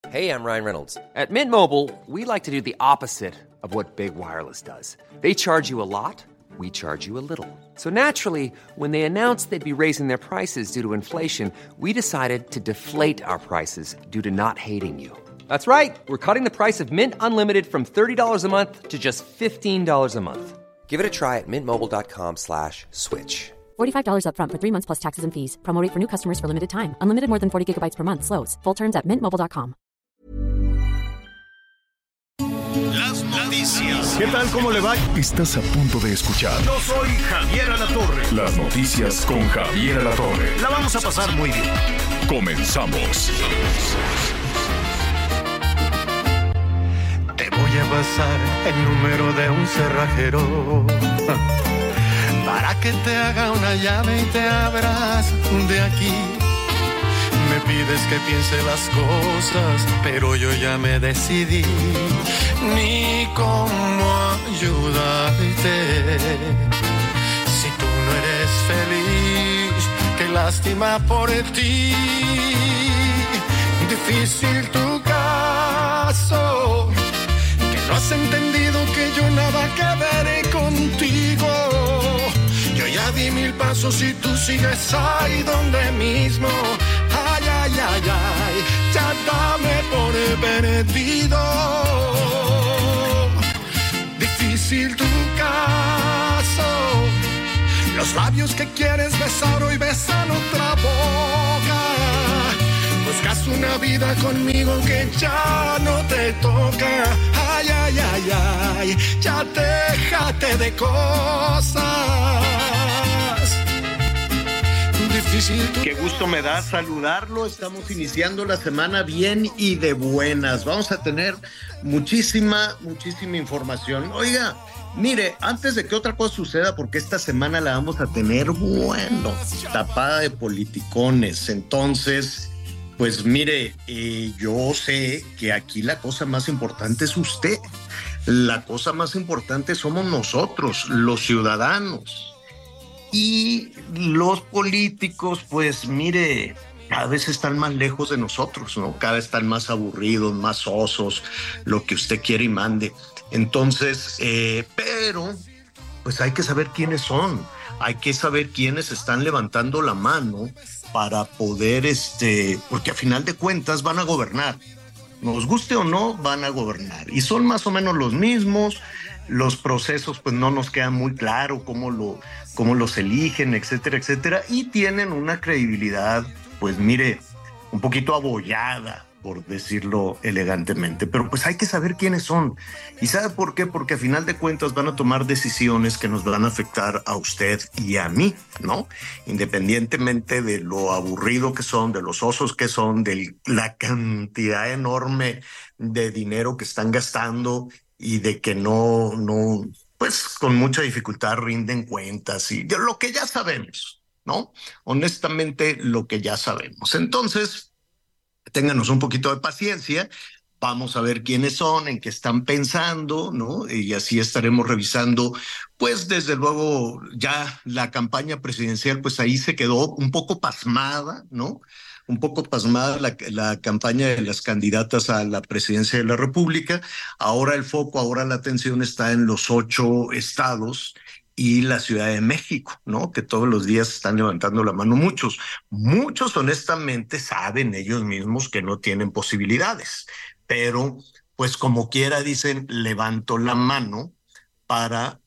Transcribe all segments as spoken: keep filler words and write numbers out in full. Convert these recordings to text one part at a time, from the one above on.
Hey, I'm Ryan Reynolds. At Mint Mobile, we like to do the opposite of what Big Wireless does. They charge you a lot, we charge you a little. So naturally, when they announced they'd be raising their prices due to inflation, we decided to deflate our prices due to not hating you. That's right. We're cutting the price of Mint Unlimited from thirty dollars a month to just fifteen dollars a month. Give it a try at mintmobile.com slash switch. forty-five dollars up front for three months plus taxes and fees. Promo rate for new customers for limited time. Unlimited more than forty gigabytes per month. Slows full terms at mint mobile dot com. Las noticias. ¿Qué tal? ¿Cómo le va? Estás a punto de escuchar. Yo soy Javier Alatorre. Las noticias con Javier Alatorre. La vamos a pasar muy bien. Comenzamos. Te voy a pasar el número de un cerrajero para que te haga una llave y te abras de aquí. Me pides que piense las cosas, pero yo ya me decidí. Ni cómo ayudarte. Si tú no eres feliz, qué lástima por ti. Difícil tu caso, que no has entendido que yo nada que veré contigo. Yo ya di mil pasos y tú sigues ahí donde mismo. Ay, ay, ay, ay, ya dame por perdido. Difícil tu caso, los labios que quieres besar hoy besan otra boca. Buscas una vida conmigo que ya no te toca. Ay, ay, ay, ay, ya déjate de cosas. Qué gusto me da saludarlo. Estamos iniciando la semana bien y de buenas. Vamos a tener muchísima, muchísima información. Oiga, mire, antes de que otra cosa suceda, porque esta semana la vamos a tener, bueno, tapada de politicones. Entonces, pues mire, eh, yo sé que aquí la cosa más importante es usted. La cosa más importante somos nosotros, los ciudadanos. Y los políticos, pues mire, cada vez están más lejos de nosotros, ¿no? Cada vez están más aburridos, más osos, lo que usted quiere y mande. Entonces, eh, pero, pues hay que saber quiénes son. Hay que saber quiénes están levantando la mano para poder, este, porque a final de cuentas van a gobernar. Nos guste o no, van a gobernar. Y son más o menos los mismos. Los procesos, pues no nos queda muy claro cómo lo, cómo los eligen, etcétera, etcétera. Y tienen una credibilidad, pues mire, un poquito abollada, por decirlo elegantemente. Pero pues hay que saber quiénes son. ¿Y sabe por qué? Porque a final de cuentas van a tomar decisiones que nos van a afectar a usted y a mí, ¿no? Independientemente de lo aburrido que son, de los osos que son, de la cantidad enorme de dinero que están gastando y de que no, no, pues con mucha dificultad rinden cuentas y de lo que ya sabemos, ¿no? Honestamente, lo que ya sabemos. Entonces, ténganos un poquito de paciencia, vamos a ver quiénes son, en qué están pensando, ¿no? Y así estaremos revisando, pues desde luego ya la campaña presidencial, pues ahí se quedó un poco pasmada, ¿no? Un poco pasmada la, la campaña de las candidatas a la presidencia de la República. Ahora el foco, ahora la atención está en los ocho estados y la Ciudad de México, ¿no? Que todos los días están levantando la mano muchos. Muchos honestamente saben ellos mismos que no tienen posibilidades, pero pues como quiera dicen, levanto la mano para,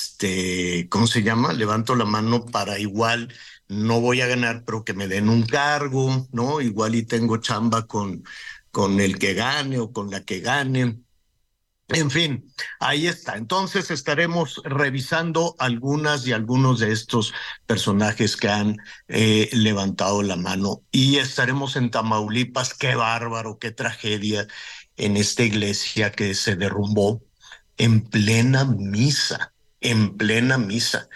este, ¿cómo se llama? Levanto la mano para igual, no voy a ganar, pero que me den un cargo, ¿no? Igual y tengo chamba con, con el que gane o con la que gane. En fin, ahí está. Entonces estaremos revisando algunas y algunos de estos personajes que han eh, levantado la mano y estaremos en Tamaulipas. Qué bárbaro, qué tragedia en esta iglesia que se derrumbó en plena misa, en plena misa.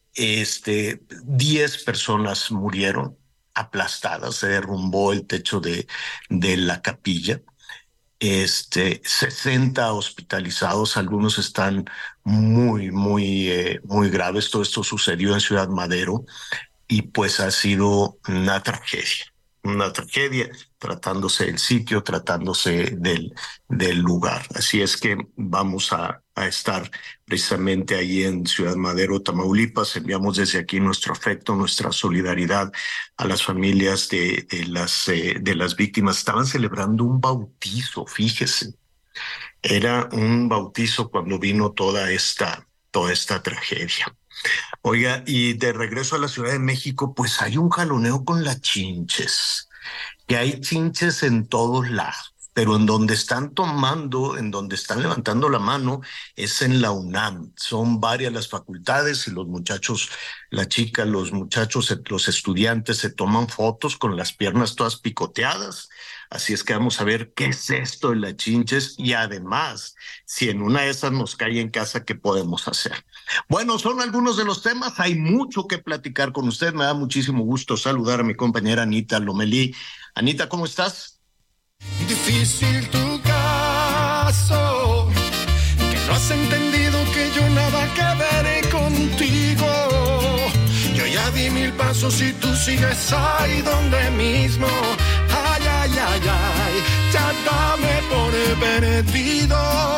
Este, diez personas murieron aplastadas, se derrumbó el techo de, de la capilla. Este, sesenta hospitalizados, algunos están muy, muy, eh, muy graves. Todo esto sucedió en Ciudad Madero y pues ha sido una tragedia, una tragedia, tratándose del sitio, tratándose del, del lugar. Así es que vamos a, a estar precisamente ahí en Ciudad Madero, Tamaulipas. Enviamos desde aquí nuestro afecto, nuestra solidaridad a las familias de, de, las, eh, de las víctimas. Estaban celebrando un bautizo, fíjese. Era un bautizo cuando vino toda esta, toda esta tragedia. Oiga, y de regreso a la Ciudad de México, pues hay un jaloneo con las chinches, que hay chinches en todos lados, pero en donde están tomando, en donde están levantando la mano, es en la UNAM. Son varias las facultades y los muchachos, la chica, los muchachos, los estudiantes se toman fotos con las piernas todas picoteadas. Así es que vamos a ver qué es esto de las chinches y además, si en una de esas nos cae en casa, ¿qué podemos hacer? Bueno, son algunos de los temas. Hay mucho que platicar con usted. Me da muchísimo gusto saludar a mi compañera Anita Lomelí. Anita, ¿cómo estás? Difícil tu caso, que no has entendido que yo nada que veré contigo. Yo ya di mil pasos y tú sigues ahí donde mismo. Ay, ay, ay, ay, ya dame por perdido.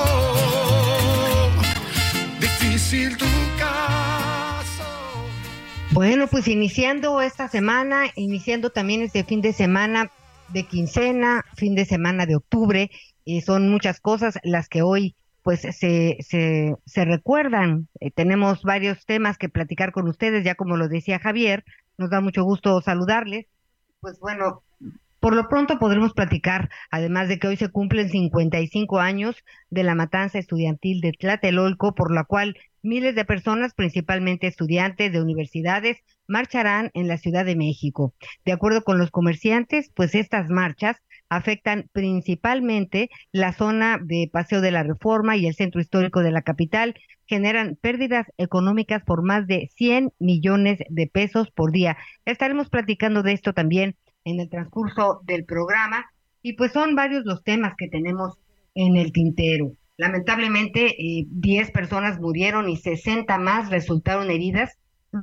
Difícil tu caso. Bueno, pues iniciando esta semana, iniciando también este fin de semana de quincena, fin de semana de octubre, y son muchas cosas las que hoy pues se, se, se recuerdan. Eh, tenemos varios temas que platicar con ustedes, ya como lo decía Javier, nos da mucho gusto saludarles. Pues bueno, por lo pronto podremos platicar, además de que hoy se cumplen cincuenta y cinco años de la matanza estudiantil de Tlatelolco, por la cual miles de personas, principalmente estudiantes de universidades, marcharán en la Ciudad de México. De acuerdo con los comerciantes, pues estas marchas afectan principalmente la zona de Paseo de la Reforma y el centro histórico de la capital, generan pérdidas económicas por más de cien millones de pesos por día. Estaremos platicando de esto también en el transcurso del programa, y pues son varios los temas que tenemos en el tintero. Lamentablemente, eh, diez personas murieron y sesenta más resultaron heridas.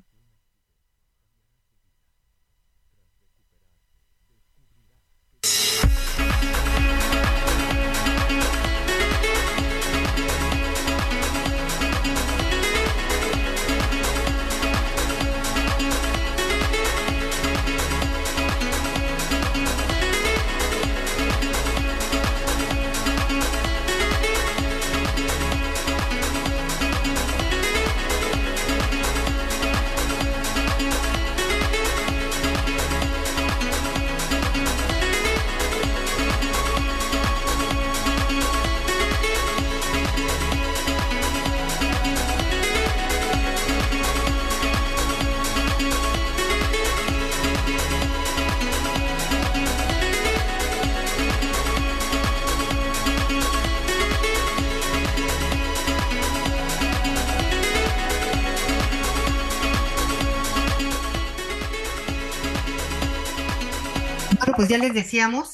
Bueno, pues ya les decíamos,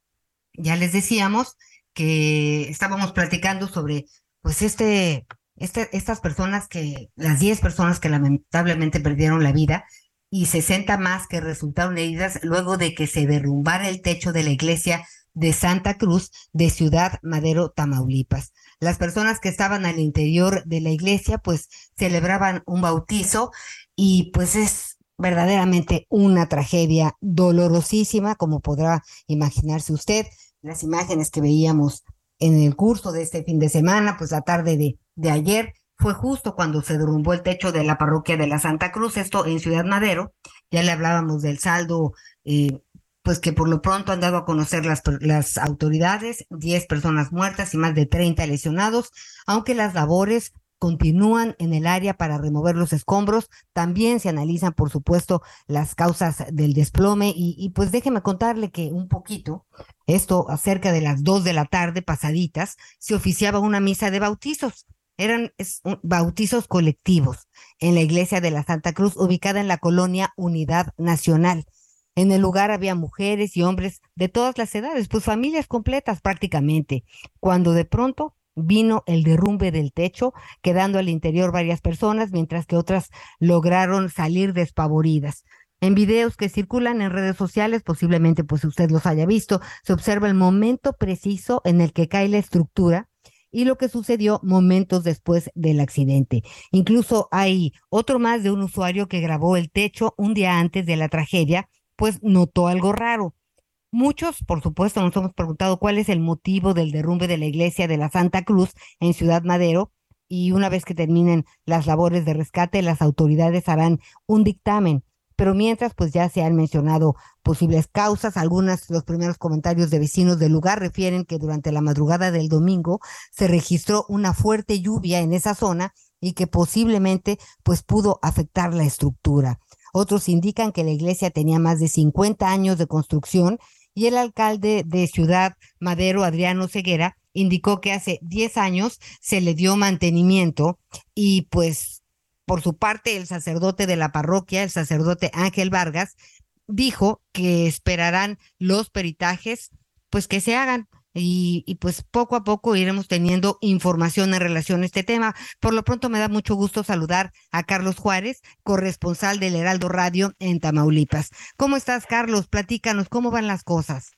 ya les decíamos que estábamos platicando sobre, pues este, este, estas personas que, las diez personas que lamentablemente perdieron la vida y sesenta más que resultaron heridas luego de que se derrumbara el techo de la iglesia de Santa Cruz de Ciudad Madero, Tamaulipas. Las personas que estaban al interior de la iglesia, pues celebraban un bautizo y pues es verdaderamente una tragedia dolorosísima, como podrá imaginarse usted. Las imágenes que veíamos en el curso de este fin de semana, pues la tarde de, de ayer, fue justo cuando se derrumbó el techo de la parroquia de la Santa Cruz, esto en Ciudad Madero. Ya le hablábamos del saldo, eh, pues que por lo pronto han dado a conocer las, las autoridades, diez personas muertas y más de treinta lesionados, aunque las labores continúan en el área para remover los escombros. También se analizan, por supuesto, las causas del desplome y, y pues déjeme contarle que un poquito, esto acerca de las dos de la tarde pasaditas, se oficiaba una misa de bautizos. Eran es, un, bautizos colectivos en la iglesia de la Santa Cruz, ubicada en la colonia Unidad Nacional. En el lugar había mujeres y hombres de todas las edades, pues familias completas prácticamente, cuando de pronto vino el derrumbe del techo, quedando al interior varias personas, mientras que otras lograron salir despavoridas. En videos que circulan en redes sociales, posiblemente pues usted los haya visto, se observa el momento preciso en el que cae la estructura y lo que sucedió momentos después del accidente. Incluso hay otro más de un usuario que grabó el techo un día antes de la tragedia, pues notó algo raro. Muchos, por supuesto, nos hemos preguntado cuál es el motivo del derrumbe de la iglesia de la Santa Cruz en Ciudad Madero, y una vez que terminen las labores de rescate, las autoridades harán un dictamen. Pero mientras, pues ya se han mencionado posibles causas. Algunos, los primeros comentarios de vecinos del lugar refieren que durante la madrugada del domingo se registró una fuerte lluvia en esa zona y que posiblemente pues pudo afectar la estructura. Otros indican que la iglesia tenía más de cincuenta años de construcción y el alcalde de Ciudad Madero, Adriano Ceguera, indicó que hace diez años se le dio mantenimiento y pues por su parte, el sacerdote de la parroquia, el sacerdote Ángel Vargas, dijo que esperarán los peritajes, pues que se hagan y, y pues poco a poco iremos teniendo información en relación a este tema. Por lo pronto me da mucho gusto saludar a Carlos Juárez, corresponsal del Heraldo Radio en Tamaulipas. ¿Cómo estás, Carlos? Platícanos, ¿cómo van las cosas?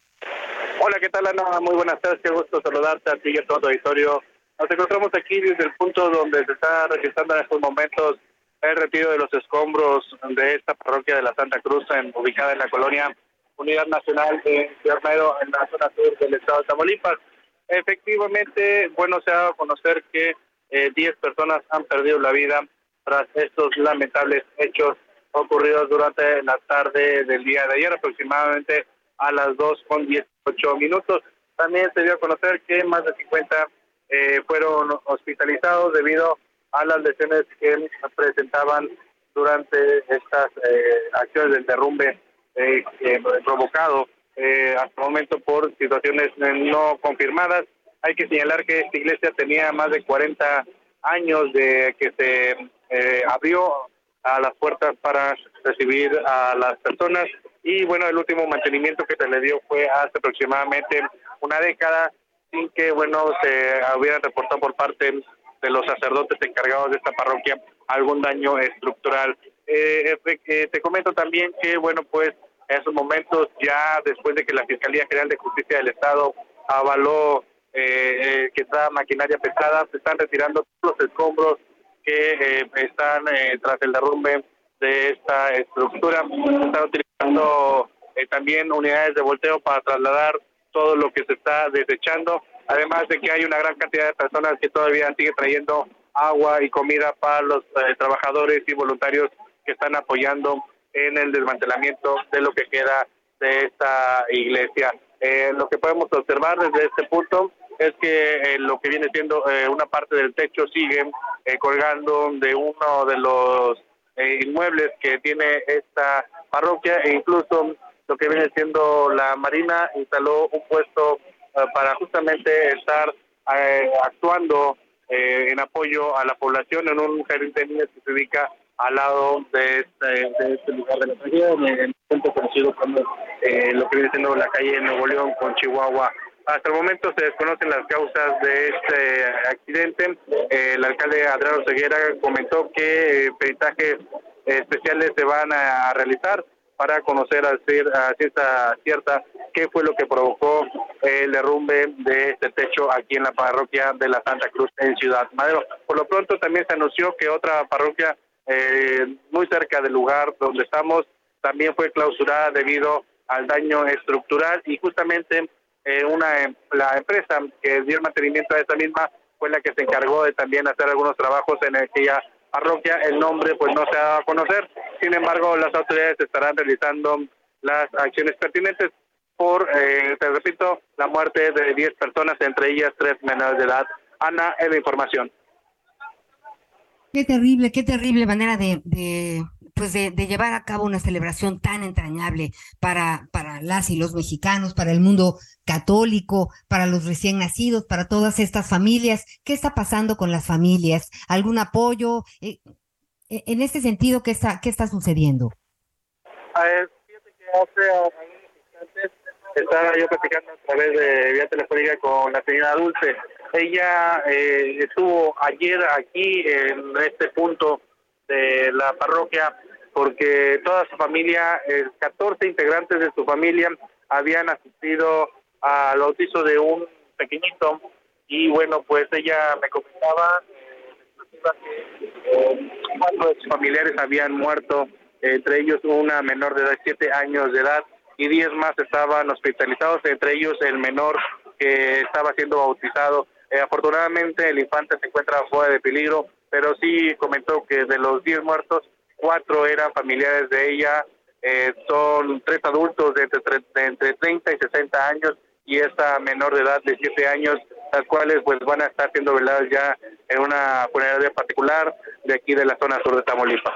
Hola, ¿qué tal, Ana? Muy buenas tardes, qué gusto saludarte a ti y a todo tu auditorio. Nos encontramos aquí desde el punto donde se está registrando en estos momentos el retiro de los escombros de esta parroquia de la Santa Cruz, en, ubicada en la colonia Unidad Nacional de Ciudad Madero, en la zona sur del estado de Tamaulipas. Efectivamente, bueno, se ha dado a conocer que diez eh, personas han perdido la vida tras estos lamentables hechos ocurridos durante la tarde del día de ayer, aproximadamente a las dos con dieciocho minutos. También se dio a conocer que más de cincuenta Eh, fueron hospitalizados debido a las lesiones que presentaban durante estas eh, acciones del derrumbe eh, eh, provocado eh, hasta el momento por situaciones no confirmadas. Hay que señalar que esta iglesia tenía más de cuarenta años de que se eh, abrió a las puertas para recibir a las personas y bueno, el último mantenimiento que se le dio fue hace aproximadamente una década, sin que, bueno, se hubieran reportado por parte de los sacerdotes encargados de esta parroquia algún daño estructural. Eh, eh, te comento también que, bueno, pues en esos momentos, ya después de que la Fiscalía General de Justicia del Estado avaló eh, eh, que esta maquinaria pesada, se están retirando todos los escombros que eh, están eh, tras el derrumbe de esta estructura. Se están utilizando eh, también unidades de volteo para trasladar todo lo que se está desechando, además de que hay una gran cantidad de personas que todavía sigue trayendo agua y comida para los eh, trabajadores y voluntarios que están apoyando en el desmantelamiento de lo que queda de esta iglesia. Eh, lo que podemos observar desde este punto es que eh, lo que viene siendo eh, una parte del techo sigue eh, colgando de uno de los eh, inmuebles que tiene esta parroquia, e incluso lo que viene siendo la Marina instaló un puesto uh, para justamente estar eh, actuando eh, en apoyo a la población en un jardín de niños que se ubica al lado de este, de este lugar de la tragedia, en el punto conocido como eh, lo que viene siendo la calle Nuevo León con Chihuahua. Hasta el momento se desconocen las causas de este accidente. Eh, el alcalde Adriano Ceguera comentó que eh, peritajes eh, especiales se van a realizar para conocer a ciencia cierta qué fue lo que provocó el derrumbe de este techo aquí en la parroquia de la Santa Cruz en Ciudad Madero. Por lo pronto también se anunció que otra parroquia eh, muy cerca del lugar donde estamos también fue clausurada debido al daño estructural, y justamente eh, una la empresa que dio el mantenimiento a esta misma fue la que se encargó de también hacer algunos trabajos en aquella parroquia. El nombre pues no se ha dado a conocer, sin embargo las autoridades estarán realizando las acciones pertinentes por, eh, te repito, la muerte de diez personas, entre ellas tres menores de edad. Ana, es la información. Qué terrible, qué terrible manera de, de pues de, de llevar a cabo una celebración tan entrañable para, para las y los mexicanos, para el mundo católico, para los recién nacidos, para todas estas familias. ¿Qué está pasando con las familias? ¿Algún apoyo? Eh, en este sentido, ¿qué está, qué está sucediendo? A ver, fíjate que hace algunos instantes estaba yo platicando a través de vía telefónica con la señora Dulce. Ella eh, estuvo ayer aquí en este punto de la parroquia porque toda su familia, eh, catorce integrantes de su familia, habían asistido al bautizo de un pequeñito, y bueno, pues ella me comentaba eh, que eh, cuatro de sus familiares habían muerto, eh, entre ellos una menor de siete años de edad, y diez más estaban hospitalizados, entre ellos el menor que estaba siendo bautizado. Eh, afortunadamente el infante se encuentra fuera de peligro, pero sí comentó que de los diez muertos, cuatro eran familiares de ella, eh, son tres adultos de entre, de entre treinta y sesenta años, y esta menor de edad de siete años, las cuales pues van a estar siendo veladas ya en una funeraria particular de aquí de la zona sur de Tamaulipas.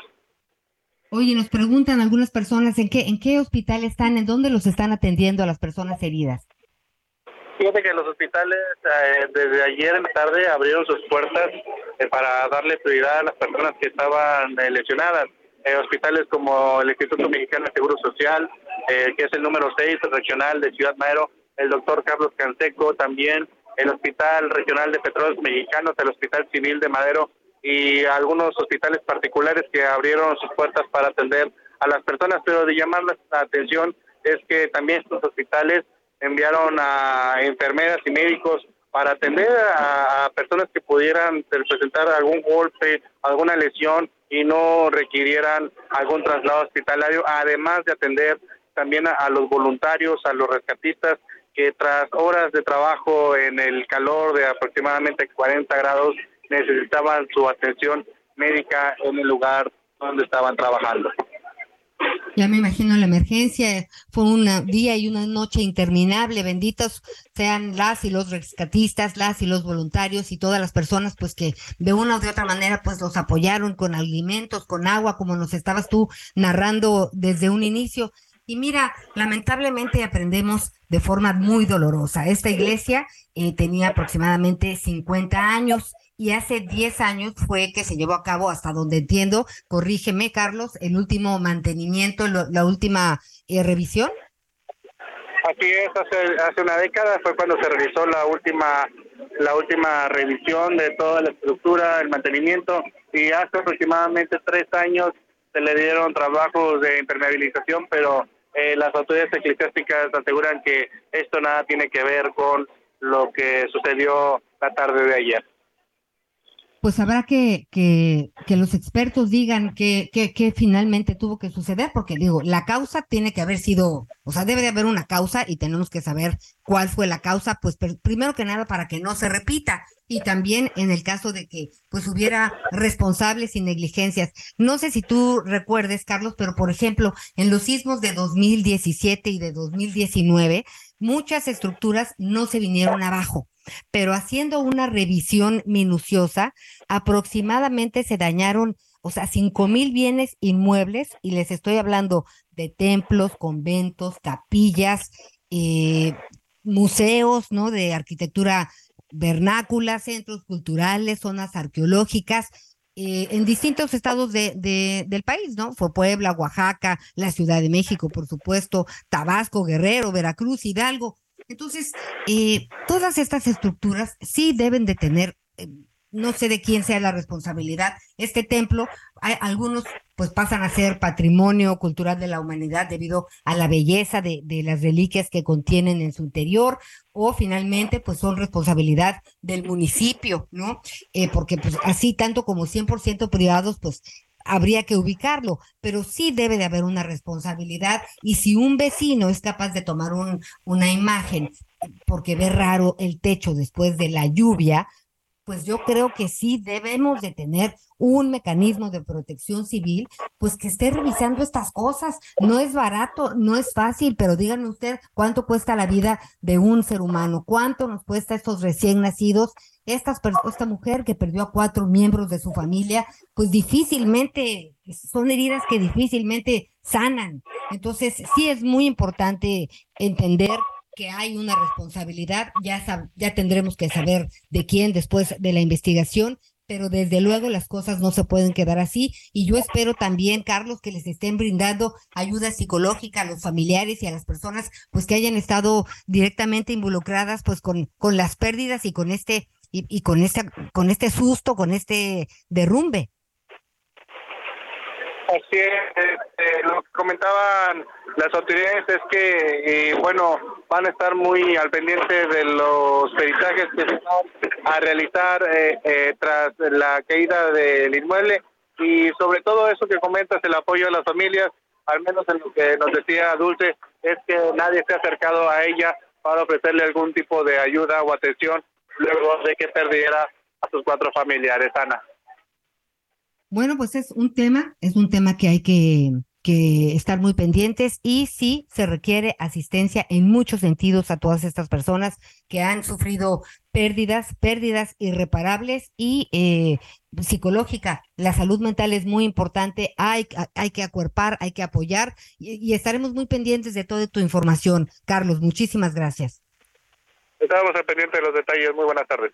Oye, nos preguntan algunas personas en qué, en qué hospital están, en dónde los están atendiendo a las personas heridas. Fíjate que los hospitales eh, desde ayer en la tarde abrieron sus puertas eh, para darle prioridad a las personas que estaban eh, lesionadas. Eh, hospitales como el Instituto Mexicano de Seguro Social, eh, que es el número seis regional de Ciudad Madero, el doctor Carlos Canseco, también el Hospital Regional de Petróleos Mexicanos, el Hospital Civil de Madero, y algunos hospitales particulares que abrieron sus puertas para atender a las personas, pero de llamar la atención es que también estos hospitales enviaron a enfermeras y médicos para atender a, a personas que pudieran presentar algún golpe, alguna lesión y no requirieran algún traslado hospitalario, además de atender también a, a los voluntarios, a los rescatistas, que tras horas de trabajo en el calor de aproximadamente cuarenta grados necesitaban su atención médica en el lugar donde estaban trabajando. Ya me imagino la emergencia, fue un día y una noche interminable, benditos sean las y los rescatistas, las y los voluntarios y todas las personas pues que de una u de otra manera pues los apoyaron con alimentos, con agua, como nos estabas tú narrando desde un inicio. Y mira, lamentablemente aprendemos de forma muy dolorosa. Esta iglesia eh, tenía aproximadamente cincuenta años y hace diez años fue que se llevó a cabo, hasta donde entiendo, corrígeme Carlos, el último mantenimiento, lo, la última eh, revisión. Así es, hace, hace una década fue cuando se realizó la última la última revisión de toda la estructura, el mantenimiento, y hace aproximadamente tres años se le dieron trabajos de impermeabilización, pero Eh, las autoridades eclesiásticas aseguran que esto nada tiene que ver con lo que sucedió la tarde de ayer. Pues habrá que que, que los expertos digan qué que, que finalmente tuvo que suceder, porque digo, la causa tiene que haber sido, o sea, debe de haber una causa y tenemos que saber cuál fue la causa, pues per, primero que nada para que no se repita, y también en el caso de que pues hubiera responsables y negligencias. No sé si tú recuerdes, Carlos, pero por ejemplo, en los sismos de dos mil diecisiete y de dos mil diecinueve, muchas estructuras no se vinieron abajo, pero haciendo una revisión minuciosa, aproximadamente se dañaron, o sea, cinco mil bienes inmuebles, y les estoy hablando de templos, conventos, capillas, eh, museos, ¿no?, de arquitectura vernácula, centros culturales, zonas arqueológicas, eh, en distintos estados de, de, del país, ¿no? Fue Puebla, Oaxaca, la Ciudad de México, por supuesto, Tabasco, Guerrero, Veracruz, Hidalgo. Entonces, eh, todas estas estructuras sí deben de tener, eh, no sé de quién sea la responsabilidad. Este templo, hay, algunos pues pasan a ser patrimonio cultural de la humanidad debido a la belleza de, de las reliquias que contienen en su interior, o finalmente pues son responsabilidad del municipio, ¿no? Eh, porque pues así tanto como cien por ciento privados, pues habría que ubicarlo, pero sí debe de haber una responsabilidad, y si un vecino es capaz de tomar un, una imagen porque ve raro el techo después de la lluvia, pues yo creo que sí debemos de tener un mecanismo de protección civil, pues que esté revisando estas cosas. No es barato, no es fácil, pero díganme usted cuánto cuesta la vida de un ser humano, cuánto nos cuesta estos recién nacidos, estas, esta mujer que perdió a cuatro miembros de su familia, pues difícilmente, son heridas que difícilmente sanan. Entonces sí es muy importante entender que hay una responsabilidad, ya, sab- ya tendremos que saber de quién después de la investigación, pero desde luego las cosas no se pueden quedar así, y yo espero también, Carlos, que les estén brindando ayuda psicológica a los familiares y a las personas pues que hayan estado directamente involucradas pues con, con las pérdidas y con este y, y con este con este susto, con este derrumbe. Así es, eh, lo que comentaban las autoridades es que, eh, bueno, van a estar muy al pendiente de los peritajes que se van a realizar eh, eh, tras la caída del inmueble y sobre todo eso que comentas, el apoyo a las familias, al menos en lo que nos decía Dulce, es que nadie se ha acercado a ella para ofrecerle algún tipo de ayuda o atención luego de que perdiera a sus cuatro familiares, Ana. Bueno, pues es un tema, es un tema que hay que, que estar muy pendientes y sí se requiere asistencia en muchos sentidos a todas estas personas que han sufrido pérdidas, pérdidas irreparables y eh, psicológica. La salud mental es muy importante, hay, hay que acuerpar, hay que apoyar y, y estaremos muy pendientes de toda tu información. Carlos, muchísimas gracias. Estamos al pendiente de los detalles. Muy buenas tardes.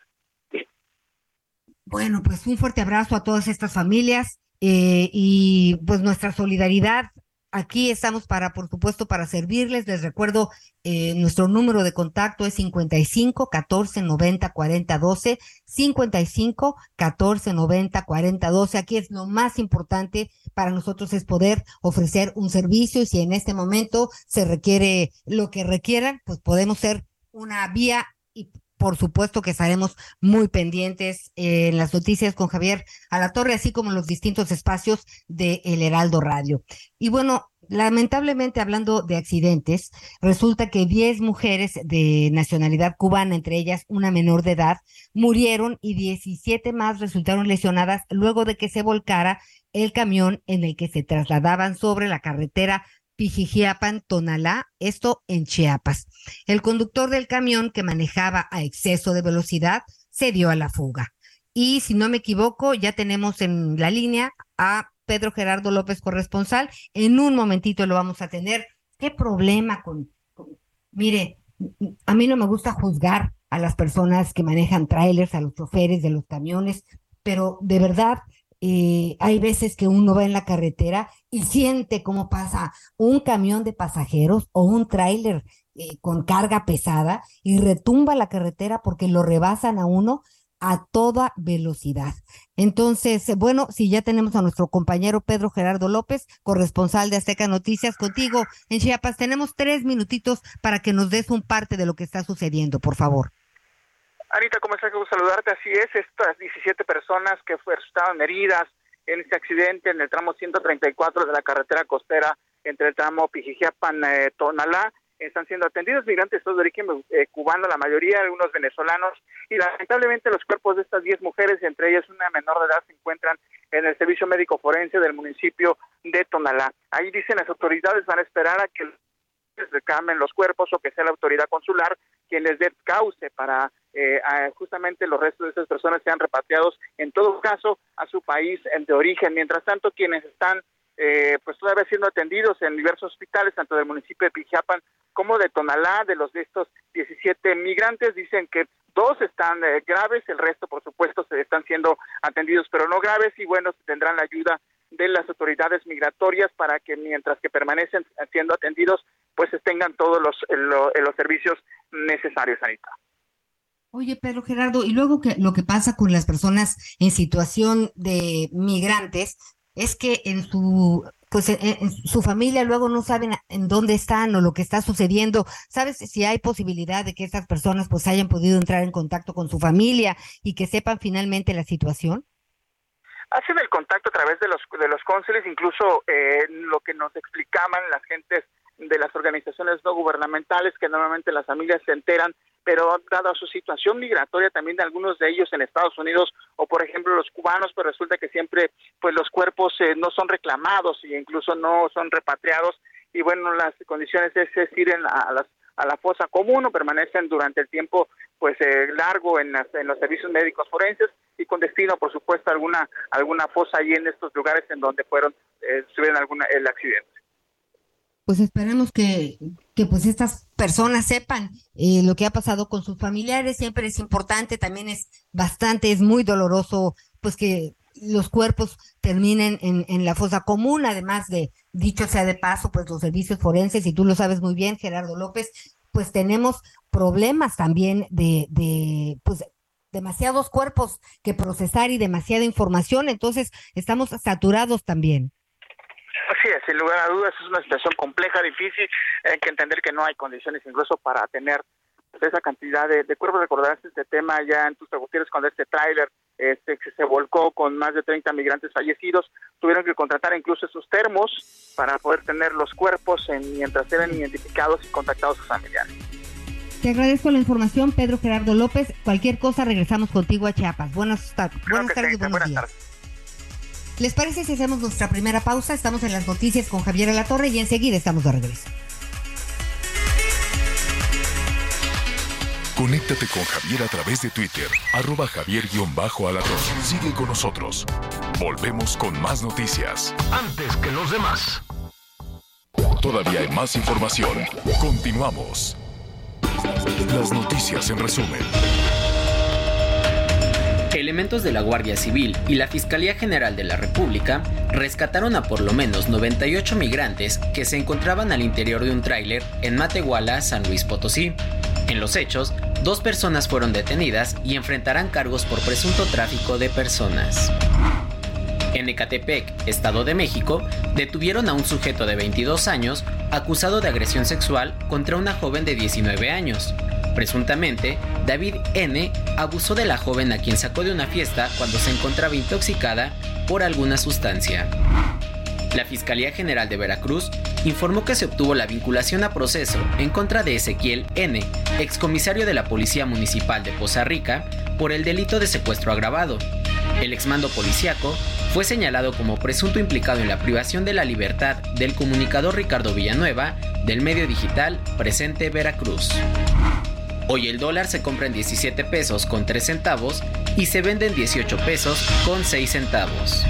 Bueno, pues un fuerte abrazo a todas estas familias eh, y pues nuestra solidaridad. Aquí estamos para, por supuesto, para servirles. Les recuerdo, eh, nuestro número de contacto es cincuenta y cinco, catorce, noventa, cuarenta, doce, cincuenta y cinco, catorce, noventa, cuarenta, doce. Aquí es lo más importante para nosotros, es poder ofrecer un servicio y si en este momento se requiere lo que requieran, pues podemos ser una vía y por supuesto que estaremos muy pendientes eh, en las noticias con Javier Alatorre, así como en los distintos espacios de El Heraldo Radio. Y bueno, lamentablemente hablando de accidentes, resulta que diez mujeres de nacionalidad cubana, entre ellas una menor de edad, murieron y diecisiete más resultaron lesionadas luego de que se volcara el camión en el que se trasladaban sobre la carretera Pijijiapan-Tonalá, esto en Chiapas. El conductor del camión, que manejaba a exceso de velocidad, se dio a la fuga. Y si no me equivoco, ya tenemos en la línea a Pedro Gerardo López, corresponsal. En un momentito lo vamos a tener. ¿Qué problema con, con... Mire, a mí no me gusta juzgar a las personas que manejan trailers, a los choferes de los camiones, pero de verdad... Eh, hay veces que uno va en la carretera y siente cómo pasa un camión de pasajeros o un tráiler eh, con carga pesada y retumba la carretera porque lo rebasan a uno a toda velocidad. Entonces, bueno, si ya tenemos a nuestro compañero Pedro Gerardo López, corresponsal de Azteca Noticias, contigo en Chiapas, tenemos tres minutitos para que nos des un parte de lo que está sucediendo, por favor. Anita, ¿cómo estás? Quiero saludarte. Así es, estas diecisiete personas que estaban heridas en este accidente en el tramo ciento treinta y cuatro de la carretera costera entre el tramo Pijijiapan-Tonalá eh, están siendo atendidos, migrantes todos de origen eh, cubano, la mayoría, algunos venezolanos, y lamentablemente los cuerpos de estas diez mujeres, entre ellas una menor de edad, se encuentran en el servicio médico forense del municipio de Tonalá. Ahí dicen las autoridades van a esperar a que reclamen los cuerpos o que sea la autoridad consular quien les dé cauce para eh, justamente los restos de esas personas sean repatriados en todo caso a su país de origen. Mientras tanto, quienes están eh, pues todavía siendo atendidos en diversos hospitales, tanto del municipio de Pijijiapan como de Tonalá, de los de estos diecisiete migrantes, dicen que dos están eh, graves, el resto por supuesto se están siendo atendidos pero no graves y bueno, tendrán la ayuda de las autoridades migratorias para que mientras que permanecen siendo atendidos pues tengan todos los, los, los servicios necesarios, Anita. Oye, Pedro Gerardo, y luego que lo que pasa con las personas en situación de migrantes es que en su pues en, en su familia luego no saben en dónde están o lo que está sucediendo. ¿Sabes si hay posibilidad de que estas personas pues hayan podido entrar en contacto con su familia y que sepan finalmente la situación? Hacen el contacto a través de los de los cónsules, incluso eh, lo que nos explicaban las gentes de las organizaciones no gubernamentales, que normalmente las familias se enteran, pero dada su situación migratoria también de algunos de ellos en Estados Unidos, o por ejemplo los cubanos, pues resulta que siempre pues los cuerpos eh, no son reclamados e incluso no son repatriados, y bueno, las condiciones es, es ir en, a, las, a la fosa común o permanecen durante el tiempo pues eh, largo en, las, en los servicios médicos forenses y con destino, por supuesto, a alguna, alguna fosa allí en estos lugares en donde fueron, eh, tuvieron alguna, el accidente. Pues esperemos que, que pues estas personas sepan eh, lo que ha pasado con sus familiares. Siempre es importante, también es bastante, es muy doloroso pues que los cuerpos terminen en, en la fosa común, además de, dicho sea de paso, pues los servicios forenses, y tú lo sabes muy bien, Gerardo López, pues tenemos problemas también de, de pues demasiados cuerpos que procesar y demasiada información, entonces estamos saturados también. sin lugar a dudas es una situación compleja, difícil, hay que entender que no hay condiciones incluso para tener esa cantidad de, de cuerpos. Recordarás este tema ya en Tuxtla Gutiérrez cuando este tráiler este, que se volcó con más de treinta migrantes fallecidos, tuvieron que contratar incluso esos termos para poder tener los cuerpos en, mientras eran identificados y contactados sus familiares. Te agradezco la información, Pedro Gerardo López. Cualquier cosa, regresamos contigo a Chiapas. Buenas, ta- buenas tardes y buenos buenas días. Tardes. ¿Les parece si hacemos nuestra primera pausa? Estamos en las noticias con Javier Alatorre y enseguida estamos de regreso. Conéctate con Javier a través de Twitter, arroba Javier-Alatorre. Sigue con nosotros. Volvemos con más noticias. Antes que los demás. Todavía hay más información. Continuamos. Las noticias en resumen. Elementos de la Guardia Civil y la Fiscalía General de la República rescataron a por lo menos noventa y ocho migrantes que se encontraban al interior de un tráiler en Matehuala, San Luis Potosí. En los hechos, dos personas fueron detenidas y enfrentarán cargos por presunto tráfico de personas. En Ecatepec, Estado de México, detuvieron a un sujeto de veintidós años acusado de agresión sexual contra una joven de diecinueve años. Presuntamente, David N. abusó de la joven a quien sacó de una fiesta cuando se encontraba intoxicada por alguna sustancia. La Fiscalía General de Veracruz informó que se obtuvo la vinculación a proceso en contra de Ezequiel N., excomisario de la Policía Municipal de Poza Rica, por el delito de secuestro agravado. El exmando policíaco fue señalado como presunto implicado en la privación de la libertad del comunicador Ricardo Villanueva del medio digital Presente Veracruz. Hoy el dólar se compra en diecisiete pesos con tres centavos y se vende en dieciocho pesos con seis centavos.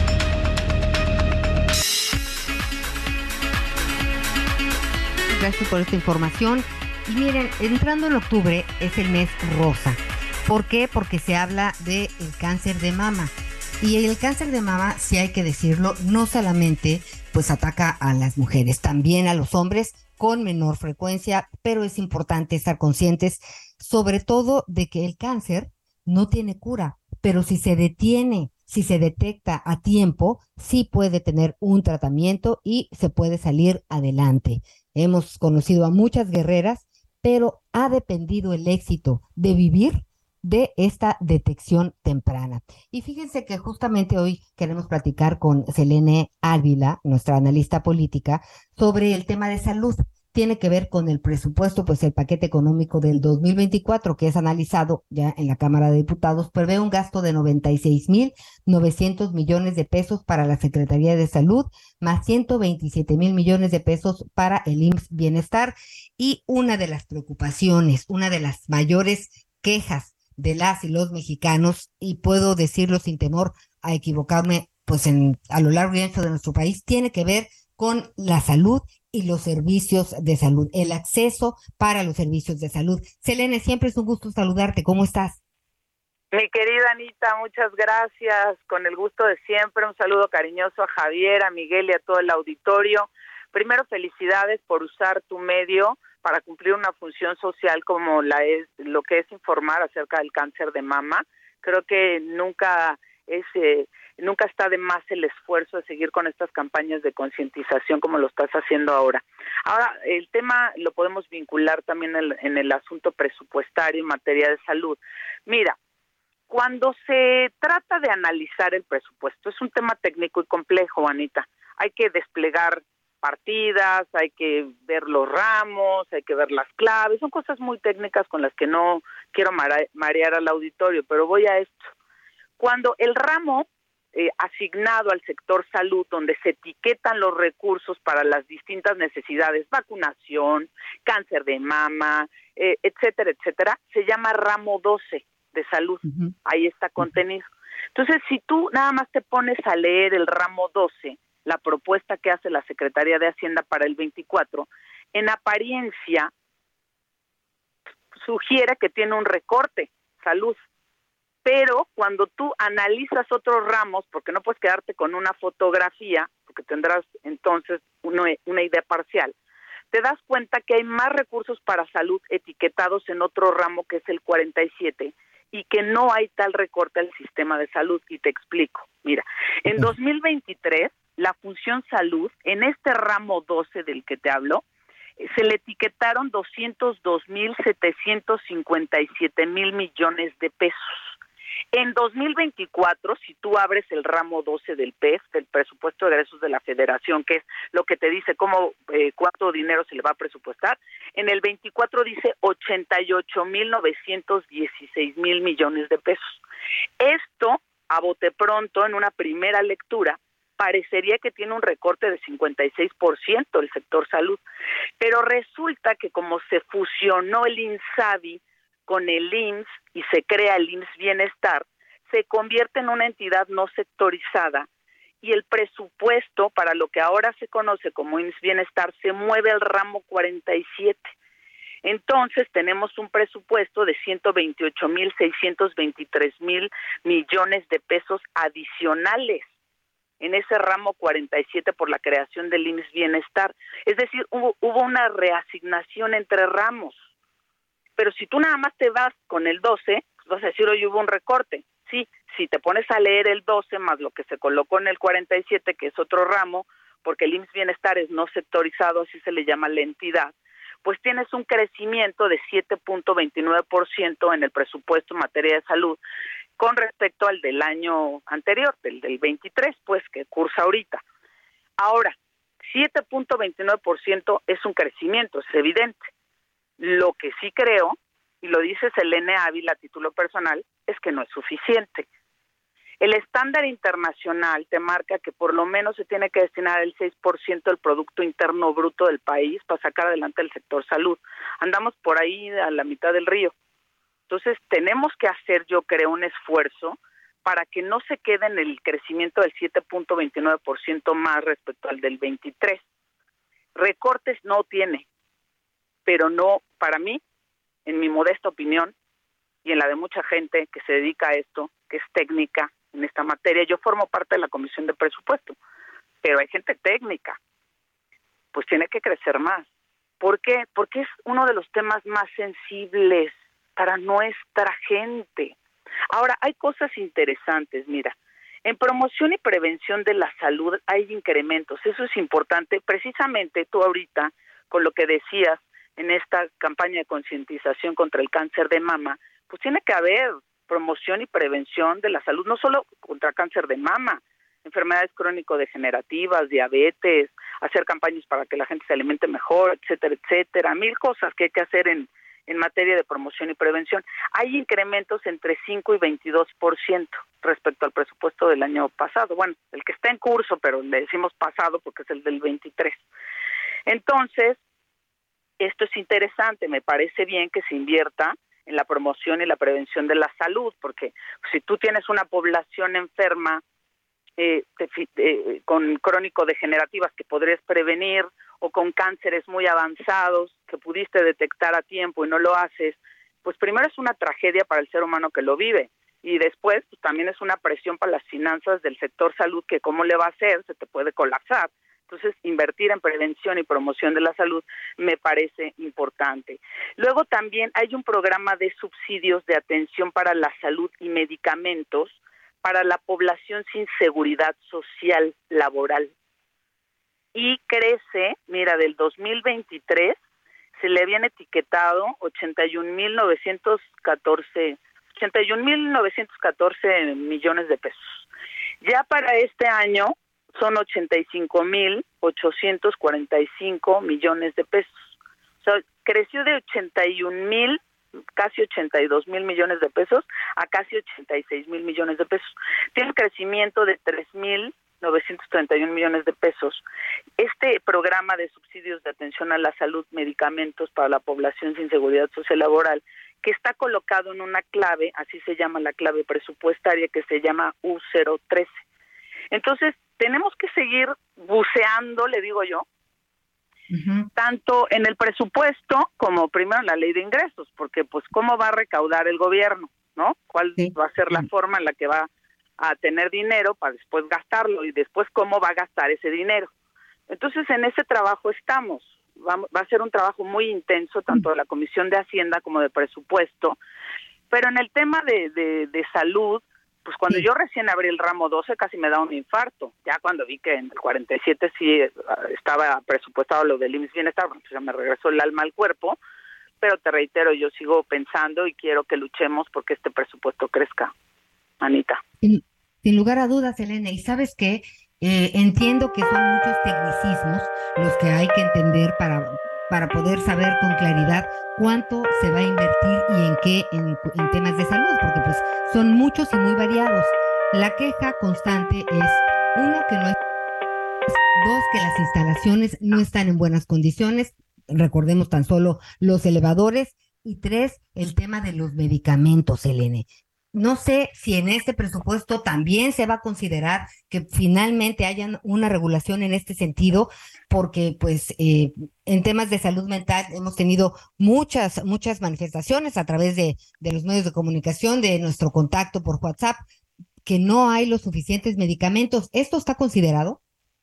Gracias por esta información. Y miren, entrando en octubre es el mes rosa. ¿Por qué? Porque se habla del cáncer de mama. Y el cáncer de mama, si hay que decirlo, no solamente pues ataca a las mujeres, también a los hombres con menor frecuencia, pero es importante estar conscientes sobre todo de que el cáncer no tiene cura, pero si se detiene, si se detecta a tiempo, sí puede tener un tratamiento y se puede salir adelante. Hemos conocido a muchas guerreras, pero ha dependido el éxito de vivir de esta detección temprana. Y fíjense que justamente hoy queremos platicar con Selene Ávila, nuestra analista política, sobre el tema de salud. Tiene que ver con el presupuesto, pues el paquete económico del dos mil veinticuatro, que es analizado ya en la Cámara de Diputados, prevé un gasto de noventa y seis mil novecientos millones de pesos para la Secretaría de Salud, más ciento veintisiete mil millones de pesos para el I M S S Bienestar. Y una de las preocupaciones, una de las mayores quejas de las y los mexicanos, y puedo decirlo sin temor a equivocarme, pues en, a lo largo y ancho de nuestro país, tiene que ver con la salud y los servicios de salud, el acceso para los servicios de salud. Selene, siempre es un gusto saludarte. ¿Cómo estás? Mi querida Anita, muchas gracias. Con el gusto de siempre, un saludo cariñoso a Javier, a Miguel y a todo el auditorio. Primero, felicidades por usar tu medio para cumplir una función social como la es lo que es informar acerca del cáncer de mama. Creo que nunca es eh, nunca está de más el esfuerzo de seguir con estas campañas de concientización como lo estás haciendo ahora. Ahora, el tema lo podemos vincular también en el, en el asunto presupuestario en materia de salud. Mira, cuando se trata de analizar el presupuesto, es un tema técnico y complejo, Anita. Hay que desplegar partidas, hay que ver los ramos, hay que ver las claves, son cosas muy técnicas con las que no quiero marear al auditorio, pero voy a esto. Cuando el ramo eh, asignado al sector salud, donde se etiquetan los recursos para las distintas necesidades, vacunación, cáncer de mama, eh, etcétera, etcétera, se llama ramo doce de salud, uh-huh. Ahí está contenido. Entonces, si tú nada más te pones a leer el ramo doce, la propuesta que hace la Secretaría de Hacienda para el veinticuatro, en apariencia sugiere que tiene un recorte, salud, pero cuando tú analizas otros ramos, porque no puedes quedarte con una fotografía, porque tendrás entonces una, una idea parcial, te das cuenta que hay más recursos para salud etiquetados en otro ramo que es el cuarenta y siete, y que no hay tal recorte al sistema de salud, y te explico. Mira, en dos mil veintitrés la función salud, en este ramo doce del que te hablo, se le etiquetaron doscientos dos mil setecientos cincuenta y siete mil millones de pesos. En dos mil veinticuatro, si tú abres el ramo doce del P E F, del presupuesto de egresos de la Federación, que es lo que te dice cómo eh, cuánto dinero se le va a presupuestar, en el veinticuatro dice ochenta y ocho mil novecientos dieciséis mil millones de pesos. Esto, a bote pronto, en una primera lectura, parecería que tiene un recorte de cincuenta y seis por ciento el sector salud, pero resulta que como se fusionó el INSABI con el I M S S y se crea el I M S S Bienestar, se convierte en una entidad no sectorizada y el presupuesto para lo que ahora se conoce como I M S S Bienestar se mueve al ramo cuarenta y siete. Entonces tenemos un presupuesto de ciento veintiocho mil seiscientos veintitrés mil millones de pesos adicionales en ese ramo cuarenta y siete por la creación del I M S S Bienestar. Es decir, hubo, hubo una reasignación entre ramos. Pero si tú nada más te vas con el doce, pues vas a decir, hoy hubo un recorte. Sí, si te pones a leer el doce más lo que se colocó en el cuarenta y siete, que es otro ramo, porque el I M S S Bienestar es no sectorizado, así se le llama la entidad, pues tienes un crecimiento de siete punto veintinueve por ciento en el presupuesto en materia de salud con respecto al del año anterior, del, del veintitrés, pues que cursa ahorita. Ahora, siete punto veintinueve por ciento es un crecimiento, es evidente. Lo que sí creo, y lo dice Selene Ávila a título personal, es que no es suficiente. El estándar internacional te marca que por lo menos se tiene que destinar el seis por ciento del Producto Interno Bruto del país para sacar adelante el sector salud. Andamos por ahí a la mitad del río. Entonces tenemos que hacer, yo creo, un esfuerzo para que no se quede en el crecimiento del siete punto veintinueve por ciento más respecto al del veintitrés. Recortes no tiene, pero no, para mí, en mi modesta opinión, y en la de mucha gente que se dedica a esto, que es técnica en esta materia, yo formo parte de la Comisión de Presupuesto, pero hay gente técnica, pues tiene que crecer más. ¿Por qué? Porque es uno de los temas más sensibles para nuestra gente. Ahora, hay cosas interesantes, mira, en promoción y prevención de la salud hay incrementos, eso es importante, precisamente tú ahorita, con lo que decías, en esta campaña de concientización contra el cáncer de mama, pues tiene que haber promoción y prevención de la salud, no solo contra cáncer de mama, enfermedades crónico-degenerativas, diabetes, hacer campañas para que la gente se alimente mejor, etcétera, etcétera, mil cosas que hay que hacer en, en materia de promoción y prevención. Hay incrementos entre cinco y veintidós por ciento respecto al presupuesto del año pasado, bueno, el que está en curso, pero le decimos pasado porque es el del veintitrés. Entonces, esto es interesante, me parece bien que se invierta en la promoción y la prevención de la salud, porque si tú tienes una población enferma eh, de, eh, con crónico-degenerativas que podrías prevenir o con cánceres muy avanzados que pudiste detectar a tiempo y no lo haces, pues primero es una tragedia para el ser humano que lo vive y después pues, también es una presión para las finanzas del sector salud que cómo le va a hacer, se te puede colapsar. Entonces, invertir en prevención y promoción de la salud me parece importante. Luego también hay un programa de subsidios de atención para la salud y medicamentos para la población sin seguridad social laboral. Y crece, mira, del dos mil veintitrés se le habían etiquetado ochenta y un mil novecientos catorce millones de pesos. Ya para este año son ochenta y cinco mil ochocientos cuarenta y cinco millones de pesos. O sea, creció de ochenta y un mil, casi ochenta y dos mil millones de pesos a casi ochenta y seis mil millones de pesos. Tiene un crecimiento de tres mil novecientos treinta y un millones de pesos. Este programa de subsidios de atención a la salud, medicamentos para la población sin seguridad social laboral, que está colocado en una clave, así se llama la clave presupuestaria, que se llama U cero trece. Entonces, tenemos que seguir buceando, le digo yo, uh-huh. tanto en el presupuesto como primero en la ley de ingresos, porque pues cómo va a recaudar el gobierno, ¿no? ¿Cuál sí. va a ser la forma en la que va a tener dinero para después gastarlo y después cómo va a gastar ese dinero? Entonces, en ese trabajo estamos. Va, va a ser un trabajo muy intenso, tanto de la Comisión de Hacienda como de Presupuesto, pero en el tema de, de, de salud, pues cuando Sí. yo recién abrí el ramo doce casi me da un infarto. Ya cuando vi que en el cuarenta y siete sí estaba presupuestado lo del I M S S Bienestar, pues ya me regresó el alma al cuerpo, pero te reitero, yo sigo pensando y quiero que luchemos porque este presupuesto crezca, Anita. Sin, sin lugar a dudas, Elena, y sabes qué, Eh, entiendo que son muchos tecnicismos los que hay que entender para, para poder saber con claridad cuánto se va a invertir y en qué en, en temas de salud, porque pues son muchos y muy variados. La queja constante es, uno, que no hay, dos, que las instalaciones no están en buenas condiciones, recordemos tan solo los elevadores, y tres, el tema de los medicamentos, Elena. No sé si en este presupuesto también se va a considerar que finalmente haya una regulación en este sentido, porque pues eh, en temas de salud mental hemos tenido muchas, muchas manifestaciones a través de, de los medios de comunicación, de nuestro contacto por WhatsApp, que no hay los suficientes medicamentos. ¿Esto está considerado?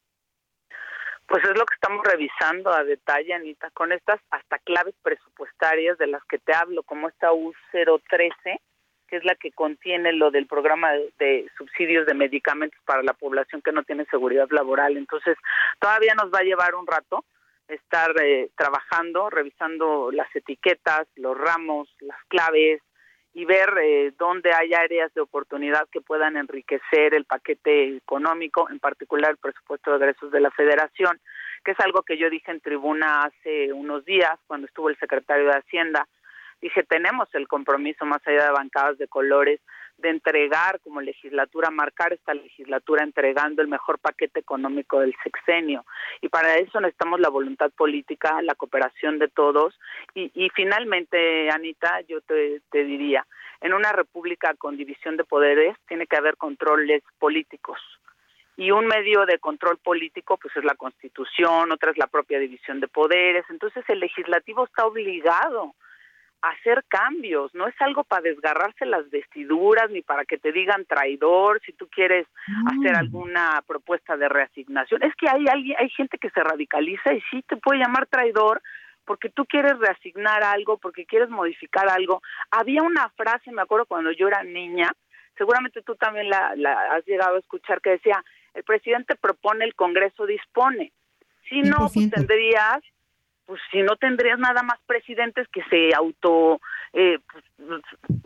Pues es lo que estamos revisando a detalle, Anita, con estas hasta claves presupuestarias de las que te hablo, como esta U cero trece, que es la que contiene lo del programa de, de subsidios de medicamentos para la población que no tiene seguridad laboral. Entonces, todavía nos va a llevar un rato estar eh, trabajando, revisando las etiquetas, los ramos, las claves y ver eh, dónde hay áreas de oportunidad que puedan enriquecer el paquete económico, en particular el presupuesto de egresos de la Federación, que es algo que yo dije en tribuna hace unos días cuando estuvo el secretario de Hacienda. Dije, tenemos el compromiso, más allá de bancadas de colores, de entregar como legislatura, marcar esta legislatura entregando el mejor paquete económico del sexenio. Y para eso necesitamos la voluntad política, la cooperación de todos. Y, y finalmente, Anita, yo te, te diría, en una república con división de poderes tiene que haber controles políticos. Y un medio de control político pues es la Constitución, otra es la propia división de poderes. Entonces el legislativo está obligado hacer cambios, no es algo para desgarrarse las vestiduras ni para que te digan traidor si tú quieres mm. hacer alguna propuesta de reasignación. Es que hay alguien, hay gente que se radicaliza y sí te puede llamar traidor porque tú quieres reasignar algo, porque quieres modificar algo. Había una frase, me acuerdo cuando yo era niña, seguramente tú también la, la has llegado a escuchar, que decía, el presidente propone, el Congreso dispone. Si no, pues tendrías pues si no tendrías nada más presidentes que se auto eh, pues,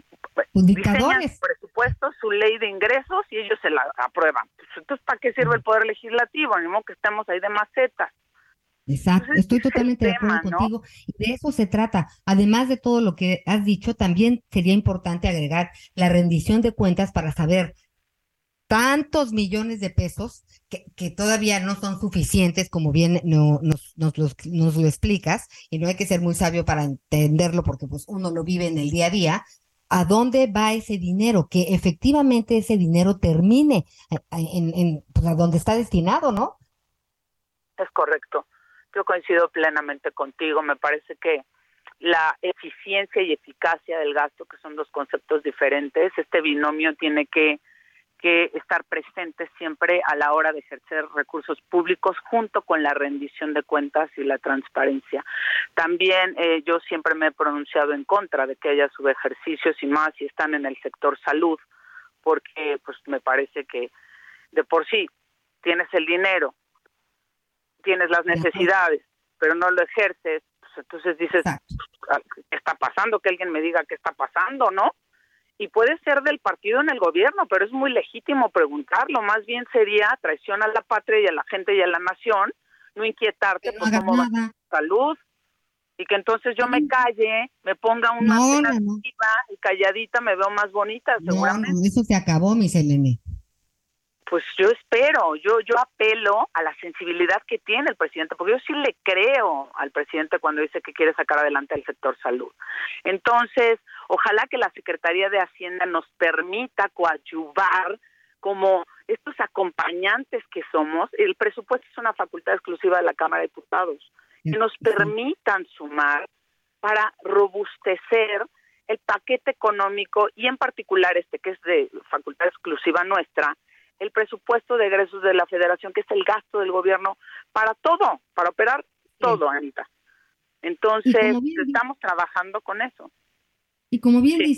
diseñan su presupuesto, su ley de ingresos y ellos se la aprueban. Pues, entonces, ¿para qué sirve el poder legislativo? Ni modo que estemos ahí de macetas. Exacto, entonces, estoy totalmente de acuerdo tema, contigo, ¿no? Y de eso se trata. Además de todo lo que has dicho, también sería importante agregar la rendición de cuentas para saber tantos millones de pesos que, que todavía no son suficientes, como bien no, nos, nos, los, nos lo explicas, y no hay que ser muy sabio para entenderlo porque pues uno lo vive en el día a día. ¿A dónde va ese dinero? Que efectivamente ese dinero termine en, en pues, a donde está destinado, ¿no? Es correcto. Yo coincido plenamente contigo. Me parece que la eficiencia y eficacia del gasto, que son dos conceptos diferentes, este binomio tiene que que estar presente siempre a la hora de ejercer recursos públicos junto con la rendición de cuentas y la transparencia. También eh, yo siempre me he pronunciado en contra de que haya subejercicios y más si están en el sector salud, porque pues me parece que de por sí tienes el dinero, tienes las necesidades, pero no lo ejerces, pues entonces dices, ¿qué está pasando? Que alguien me diga qué está pasando, ¿no? Y puede ser del partido en el gobierno, pero es muy legítimo preguntarlo. Más bien sería traición a la patria y a la gente y a la nación, no inquietarte por cómo va la salud, y que entonces yo me calle, me ponga una no, alternativa no, no. y calladita me veo más bonita, seguramente. No, no, eso se acabó, mi Selene. Pues yo espero, yo yo apelo a la sensibilidad que tiene el presidente, porque yo sí le creo al presidente cuando dice que quiere sacar adelante el sector salud. Entonces, ojalá que la Secretaría de Hacienda nos permita coadyuvar como estos acompañantes que somos. El presupuesto es una facultad exclusiva de la Cámara de Diputados, que nos permitan sumar para robustecer el paquete económico y en particular este que es de facultad exclusiva nuestra, el presupuesto de egresos de la Federación, que es el gasto del gobierno para todo, para operar todo, sí. Anita. Entonces, bien, estamos trabajando con eso. Y como bien sí. dices,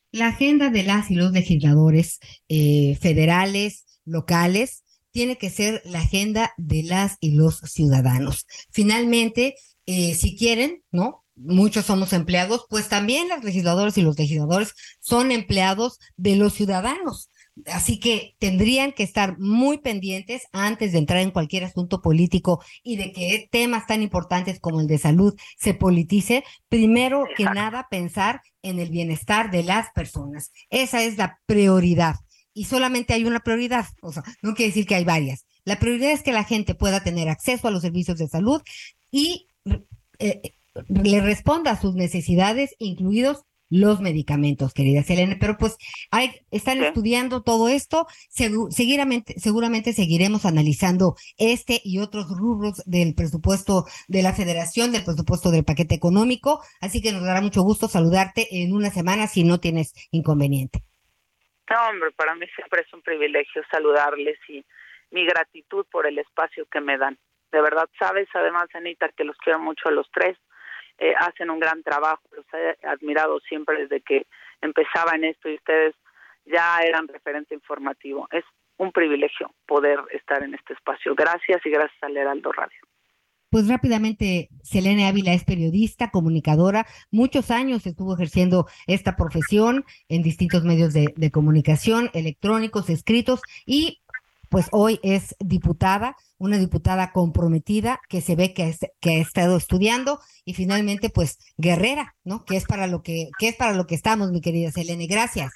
La agenda de las y los legisladores eh, federales, locales, tiene que ser la agenda de las y los ciudadanos. Finalmente, eh, si quieren, ¿no? Muchos somos empleados, pues también los legisladores y los legisladores son empleados de los ciudadanos. Así que tendrían que estar muy pendientes antes de entrar en cualquier asunto político y de que temas tan importantes como el de salud se politice. Primero que nada, pensar en el bienestar de las personas. Esa es la prioridad. Y solamente hay una prioridad, o sea, no quiere decir que hay varias. La prioridad es que la gente pueda tener acceso a los servicios de salud y eh, le responda a sus necesidades, incluidos los medicamentos, querida Selene. Pero pues hay, están sí. estudiando todo esto, segu- seguramente, seguramente seguiremos analizando este y otros rubros del presupuesto de la Federación, del presupuesto del paquete económico, así que nos dará mucho gusto saludarte en una semana si no tienes inconveniente. No, hombre, para mí siempre es un privilegio saludarles y mi gratitud por el espacio que me dan. De verdad, sabes, además, Anita, que los quiero mucho a los tres. Eh, hacen un gran trabajo, los he admirado siempre desde que empezaba en esto y ustedes ya eran referente informativo. Es un privilegio poder estar en este espacio. Gracias y gracias al Heraldo Radio. Pues rápidamente, Selene Ávila es periodista, comunicadora, muchos años estuvo ejerciendo esta profesión en distintos medios de, de comunicación, electrónicos, escritos, y pues hoy es diputada, una diputada comprometida que se ve que ha, que ha estado estudiando y finalmente pues guerrera, ¿no? Que es para lo que, que es para lo que estamos, mi querida Selene. Gracias.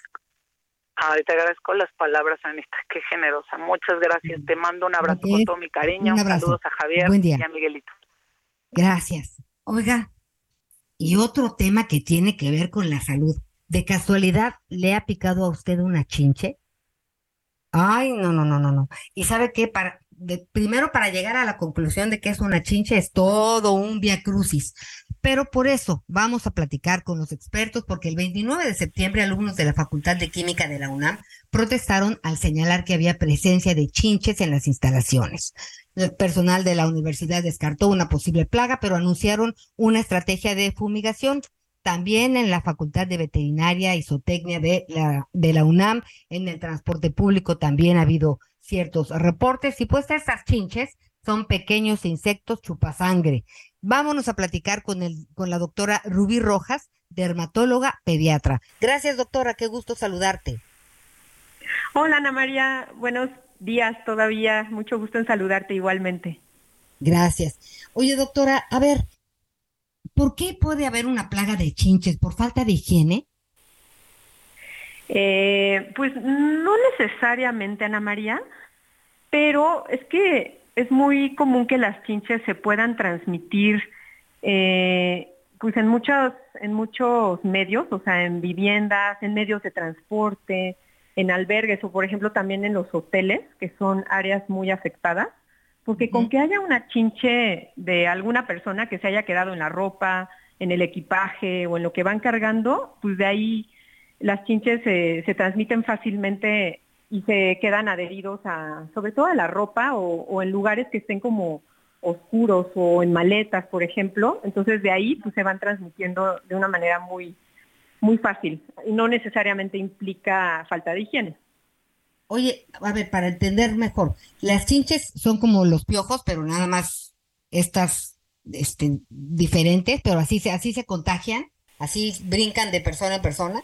Ay, te agradezco las palabras, Anita, qué generosa. Muchas gracias. Te mando un abrazo okay. con todo mi cariño. Un abrazo. Saludos a Javier Buen día. y a Miguelito. Gracias. Oiga, y otro tema que tiene que ver con la salud. ¿De casualidad le ha picado a usted una chinche? Ay, no, no, no, no, no. Y sabe qué, para, de, primero para llegar a la conclusión de que es una chinche es todo un viacrucis. Pero por eso vamos a platicar con los expertos, porque el veintinueve de septiembre alumnos de la Facultad de Química de la UNAM protestaron al señalar que había presencia de chinches en las instalaciones. El personal de la universidad descartó una posible plaga, pero anunciaron una estrategia de fumigación. También en la Facultad de Veterinaria y Zootecnia de la, de la UNAM, en el transporte público también ha habido ciertos reportes, y pues estas chinches son pequeños insectos chupasangre. Vámonos a platicar con el, con la doctora Rubí Rojas, dermatóloga pediatra. Gracias, doctora, qué gusto saludarte. Hola, Ana María, buenos días todavía, mucho gusto en saludarte igualmente. Gracias. Oye, doctora, a ver, ¿por qué puede haber una plaga de chinches? ¿Por falta de higiene? Eh, pues no necesariamente, Ana María, pero es que es muy común que las chinches se puedan transmitir eh, pues en muchos, en muchos medios, o sea, en viviendas, en medios de transporte, en albergues o por ejemplo también en los hoteles, que son áreas muy afectadas, porque uh-huh. con que haya una chinche de alguna persona que se haya quedado en la ropa, en el equipaje o en lo que van cargando, pues de ahí las chinches se, se transmiten fácilmente y se quedan adheridos a, sobre todo a la ropa o, o en lugares que estén como oscuros o en maletas, por ejemplo. Entonces de ahí pues se van transmitiendo de una manera muy, muy fácil y no necesariamente implica falta de higiene. Oye, a ver, para entender mejor, las chinches son como los piojos, pero nada más estas este, diferentes, pero así se, así se contagian, así brincan de persona en persona.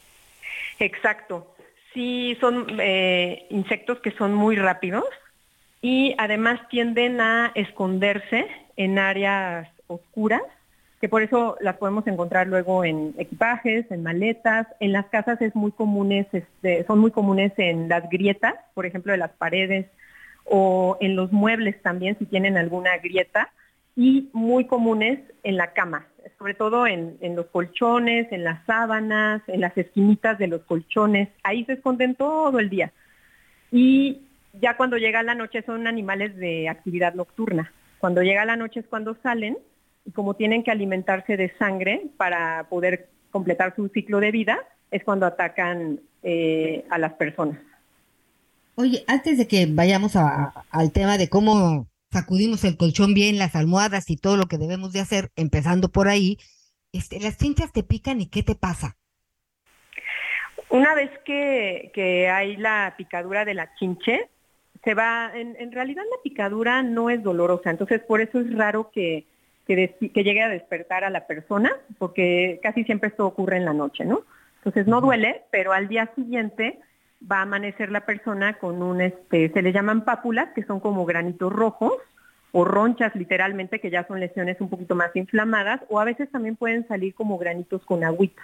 Exacto. Sí, son eh, insectos que son muy rápidos y además tienden a esconderse en áreas oscuras, que por eso las podemos encontrar luego en equipajes, en maletas. En las casas es muy comunes, este, son muy comunes en las grietas, por ejemplo, de las paredes, o en los muebles también, si tienen alguna grieta, y muy comunes en la cama, sobre todo en, en los colchones, en las sábanas, en las esquinitas de los colchones. Ahí se esconden todo el día. Y ya cuando llega la noche son animales de actividad nocturna. Cuando llega la noche es cuando salen, y como tienen que alimentarse de sangre para poder completar su ciclo de vida, es cuando atacan eh, a las personas. Oye, antes de que vayamos a, a, al tema de cómo sacudimos el colchón bien, las almohadas y todo lo que debemos de hacer, empezando por ahí, este, las chinchas te pican y ¿qué te pasa? Una vez que, que hay la picadura de la chinche, se va, en, en realidad la picadura no es dolorosa, entonces por eso es raro que, que, des, que llegue a despertar a la persona, porque casi siempre esto ocurre en la noche, ¿no? Entonces no duele, pero al día siguiente va a amanecer la persona con un, este, se le llaman pápulas, que son como granitos rojos, o ronchas literalmente, que ya son lesiones un poquito más inflamadas, o a veces también pueden salir como granitos con agüita.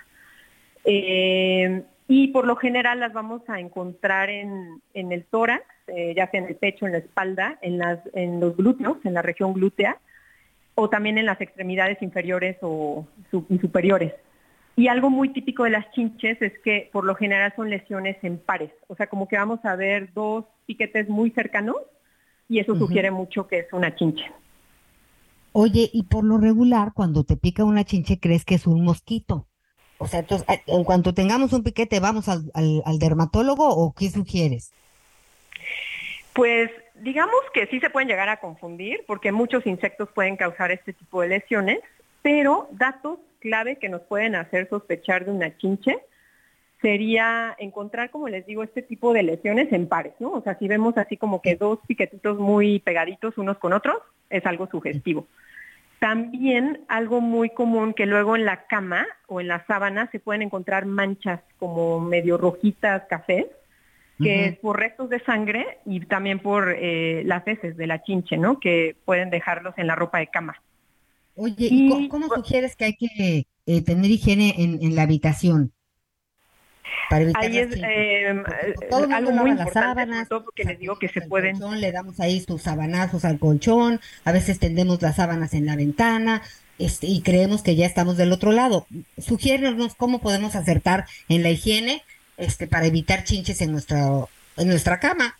Eh, y por lo general las vamos a encontrar en, en el tórax, eh, ya sea en el pecho, en la espalda, en, las, en los glúteos, en la región glútea, o también en las extremidades inferiores o su, y superiores. Y algo muy típico de las chinches es que por lo general son lesiones en pares, o sea, como que vamos a ver dos piquetes muy cercanos, y eso uh-huh. sugiere mucho que es una chinche. Oye, y por lo regular, cuando te pica una chinche, ¿crees que es un mosquito? O sea, entonces, en cuanto tengamos un piquete, ¿vamos al, al, al dermatólogo o qué sugieres? Pues digamos que sí se pueden llegar a confundir, porque muchos insectos pueden causar este tipo de lesiones, pero datos clave que nos pueden hacer sospechar de una chinche sería encontrar, como les digo, este tipo de lesiones en pares, ¿no? O sea, si vemos así como que dos piquetitos muy pegaditos unos con otros, es algo sugestivo. También algo muy común que luego en la cama o en la sábana se pueden encontrar manchas como medio rojitas, cafés, que uh-huh. es por restos de sangre y también por eh, las heces de la chinche, ¿no? Que pueden dejarlos en la ropa de cama. Oye, ¿y cómo, cómo sugieres que hay que eh, tener higiene en, en la habitación? Para evitar ahí es eh, todo el algo mundo muy lava importante, las sábanas, sobre todo porque les digo que se pueden... Colchón, le damos ahí sus sabanazos al colchón, a veces tendemos las sábanas en la ventana, este, y creemos que ya estamos del otro lado. Sugiérenos cómo podemos acertar en la higiene este, para evitar chinches en nuestra, en nuestra cama.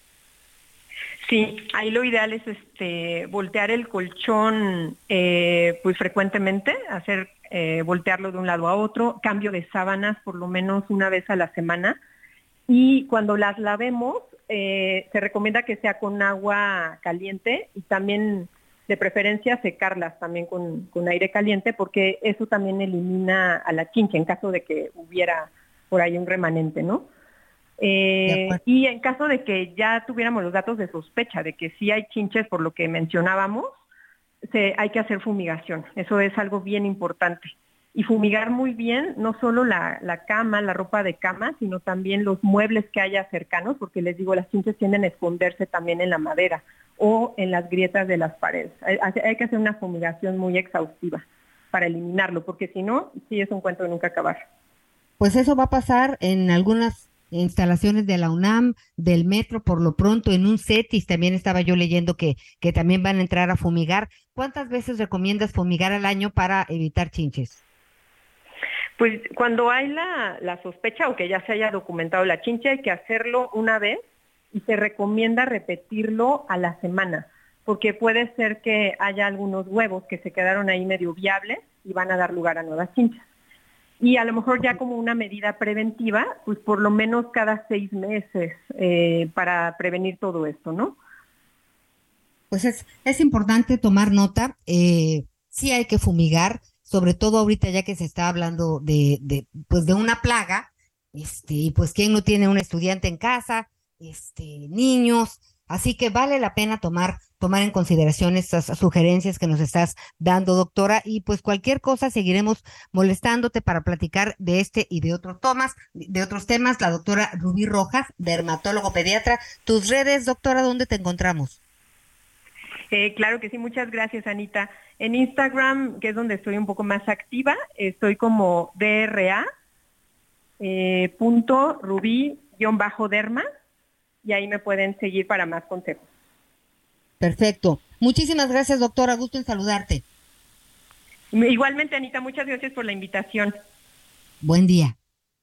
Sí, ahí lo ideal es este voltear el colchón eh, pues frecuentemente, hacer eh, voltearlo de un lado a otro, cambio de sábanas por lo menos una vez a la semana, y cuando las lavemos eh, se recomienda que sea con agua caliente y también de preferencia secarlas también con, con aire caliente, porque eso también elimina a la chinche en caso de que hubiera por ahí un remanente, ¿no? Eh, y en caso de que ya tuviéramos los datos de sospecha de que sí hay chinches por lo que mencionábamos, se, hay que hacer fumigación. Eso es algo bien importante. Y fumigar muy bien, no solo la, la cama, la ropa de cama, sino también los muebles que haya cercanos, porque les digo, las chinches tienden a esconderse también en la madera o en las grietas de las paredes. Hay, hay que hacer una fumigación muy exhaustiva para eliminarlo, porque si no, sí es un cuento de nunca acabar. Pues eso va a pasar en algunas instalaciones de la UNAM, del metro, por lo pronto en un CETIS también estaba yo leyendo que, que también van a entrar a fumigar. ¿Cuántas veces recomiendas fumigar al año para evitar chinches? Pues cuando hay la, la sospecha o que ya se haya documentado la chinche, hay que hacerlo una vez y se recomienda repetirlo a la semana, porque puede ser que haya algunos huevos que se quedaron ahí medio viables y van a dar lugar a nuevas chinches. Y a lo mejor ya como una medida preventiva, pues por lo menos cada seis meses eh, para prevenir todo esto, ¿no? Pues es, es importante tomar nota, eh, sí hay que fumigar, sobre todo ahorita ya que se está hablando de, de, pues de una plaga, este, y pues quién no tiene un estudiante en casa, este, niños, así que vale la pena tomar tomar en consideración estas sugerencias que nos estás dando, doctora, y pues cualquier cosa seguiremos molestándote para platicar de este y de otros temas, de otros temas. La doctora Rubí Rojas, dermatólogo pediatra. Tus redes, doctora, ¿dónde te encontramos? Eh, claro que sí, muchas gracias, Anita. En Instagram, que es donde estoy un poco más activa, estoy como dra eh, punto rubí guión bajo derma, y ahí me pueden seguir para más consejos. Perfecto. Muchísimas gracias, doctora. Gusto en saludarte. Igualmente, Anita, muchas gracias por la invitación. Buen día.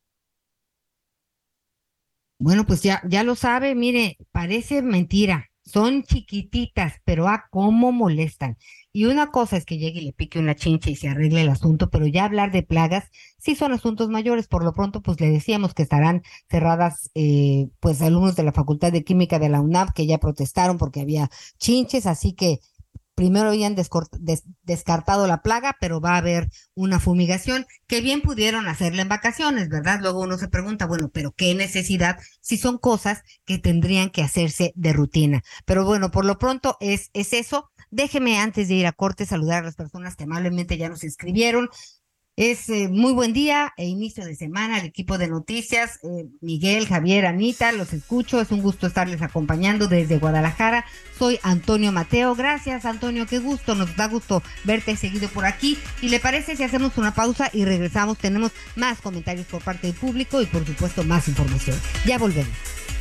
Bueno, pues ya, ya lo sabe, mire, parece mentira. Son chiquititas, pero a cómo molestan. Y una cosa es que llegue y le pique una chinche y se arregle el asunto, pero ya hablar de plagas sí son asuntos mayores. Por lo pronto, pues le decíamos que estarán cerradas, eh, pues alumnos de la Facultad de Química de la UNAM que ya protestaron porque había chinches, así que primero habían descort- des- descartado la plaga, pero va a haber una fumigación que bien pudieron hacerla en vacaciones, ¿verdad? Luego uno se pregunta, bueno, pero ¿qué necesidad si son cosas que tendrían que hacerse de rutina? Pero bueno, por lo pronto es, es eso. Déjeme antes de ir a corte saludar a las personas que amablemente ya nos escribieron. Es eh, muy buen día e inicio de semana al equipo de noticias, eh, Miguel, Javier, Anita, los escucho, es un gusto estarles acompañando desde Guadalajara. Soy Antonio Mateo, gracias Antonio, qué gusto, nos da gusto verte seguido por aquí. ¿Y le parece si hacemos una pausa y regresamos? Tenemos más comentarios por parte del público y por supuesto más información. Ya volvemos.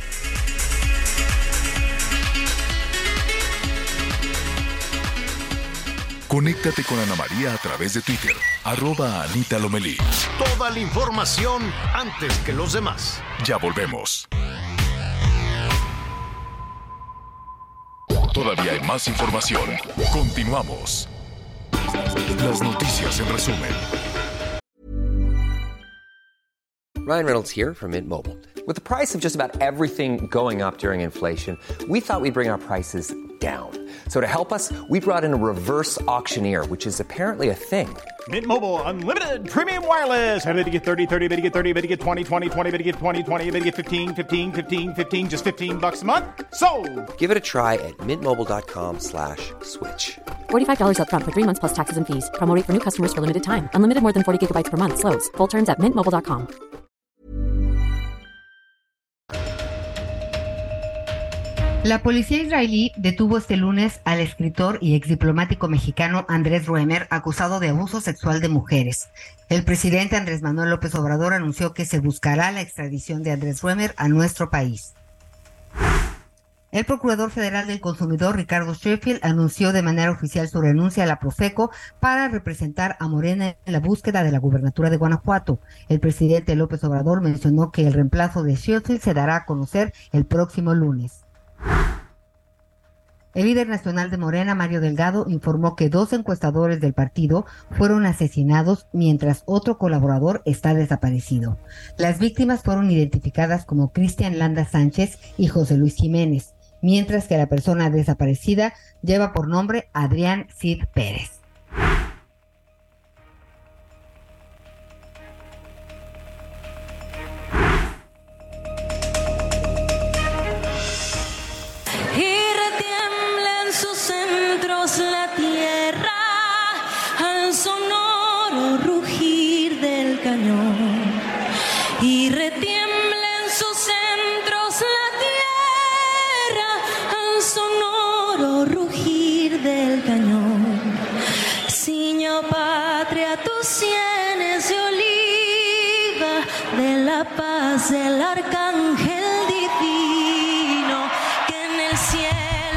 Conéctate con Ana María a través de Twitter, arroba Anita Lomelí. Toda la información antes que los demás. Ya volvemos. Todavía hay más información. Continuamos. Las noticias en resumen. Ryan Reynolds here from Mint Mobile. With the price of just about everything going up during inflation, we thought we'd bring our prices down. So to help us, we brought in a reverse auctioneer, which is apparently a thing. Mint Mobile Unlimited Premium Wireless. How to get thirty, thirty, how to get thirty, how to get twenty, twenty, twenty, how to get twenty, twenty, how to get fifteen, fifteen, fifteen, fifteen, just fifteen bucks a month? Sold! Give it a try at mintmobile.com slash switch. forty-five dollars up front for three months plus taxes and fees. Promo rate for new customers for limited time. Unlimited more than forty gigabytes per month. Slows full terms at mint mobile dot com. La policía israelí detuvo este lunes al escritor y exdiplomático mexicano Andrés Ruemer, acusado de abuso sexual de mujeres. El presidente Andrés Manuel López Obrador anunció que se buscará la extradición de Andrés Ruemer a nuestro país. El Procurador Federal del Consumidor, Ricardo Sheffield, anunció de manera oficial su renuncia a la Profeco para representar a Morena en la búsqueda de la gubernatura de Guanajuato. El presidente López Obrador mencionó que el reemplazo de Sheffield se dará a conocer el próximo lunes. El líder nacional de Morena, Mario Delgado, informó que dos encuestadores del partido fueron asesinados mientras otro colaborador está desaparecido. Las víctimas fueron identificadas como Cristian Landa Sánchez y José Luis Jiménez, mientras que la persona desaparecida lleva por nombre Adrián Cid Pérez. La tierra al sonoro rugir del cañón y retiembla en sus centros la tierra al sonoro rugir del cañón. Ciño patria, tus sienes de oliva, de la paz del arcángel divino, que en el cielo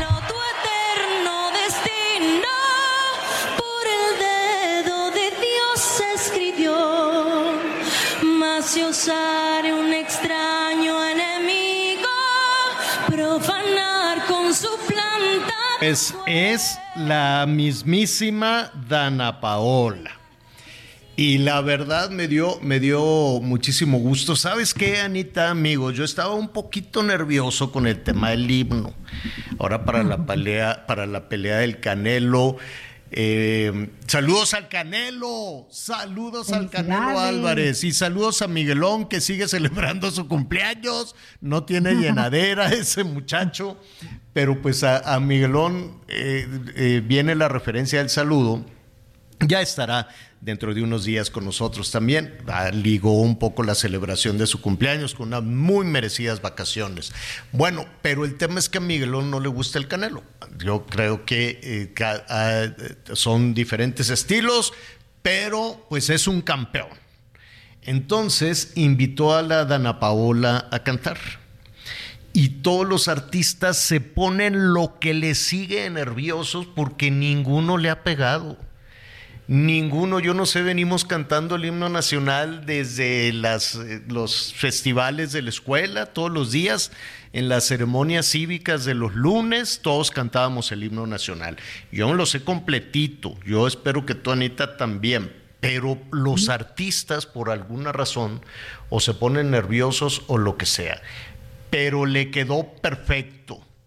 si osare un extraño enemigo profanar con su planta. Es, es la mismísima Dana Paola. Y la verdad me dio, me dio muchísimo gusto. ¿Sabes qué, Anita, amigos? Yo estaba un poquito nervioso con el tema del himno. Ahora para la pelea, para la pelea del Canelo. Eh, saludos al Canelo, saludos al Canelo Álvarez y saludos a Miguelón, que sigue celebrando su cumpleaños. No tiene llenadera ese muchacho, pero pues a, a Miguelón eh, eh, viene la referencia del saludo. Ya estará dentro de unos días con nosotros también. Ah, ligó un poco la celebración de su cumpleaños con unas muy merecidas vacaciones. Bueno, pero el tema es que a Miguelón no le gusta el Canelo. Yo creo que eh, ca- ah, son diferentes estilos, pero pues es un campeón. Entonces invitó a la Dana Paola a cantar. Y todos los artistas se ponen lo que les sigue nerviosos porque ninguno le ha pegado. Ninguno, yo no sé, venimos cantando el himno nacional desde las, los festivales de la escuela, todos los días, en las ceremonias cívicas de los lunes, todos cantábamos el himno nacional. Yo me lo sé completito, yo espero que tú, Anita, también, pero los artistas, por alguna razón, o se ponen nerviosos o lo que sea, pero le quedó perfecto.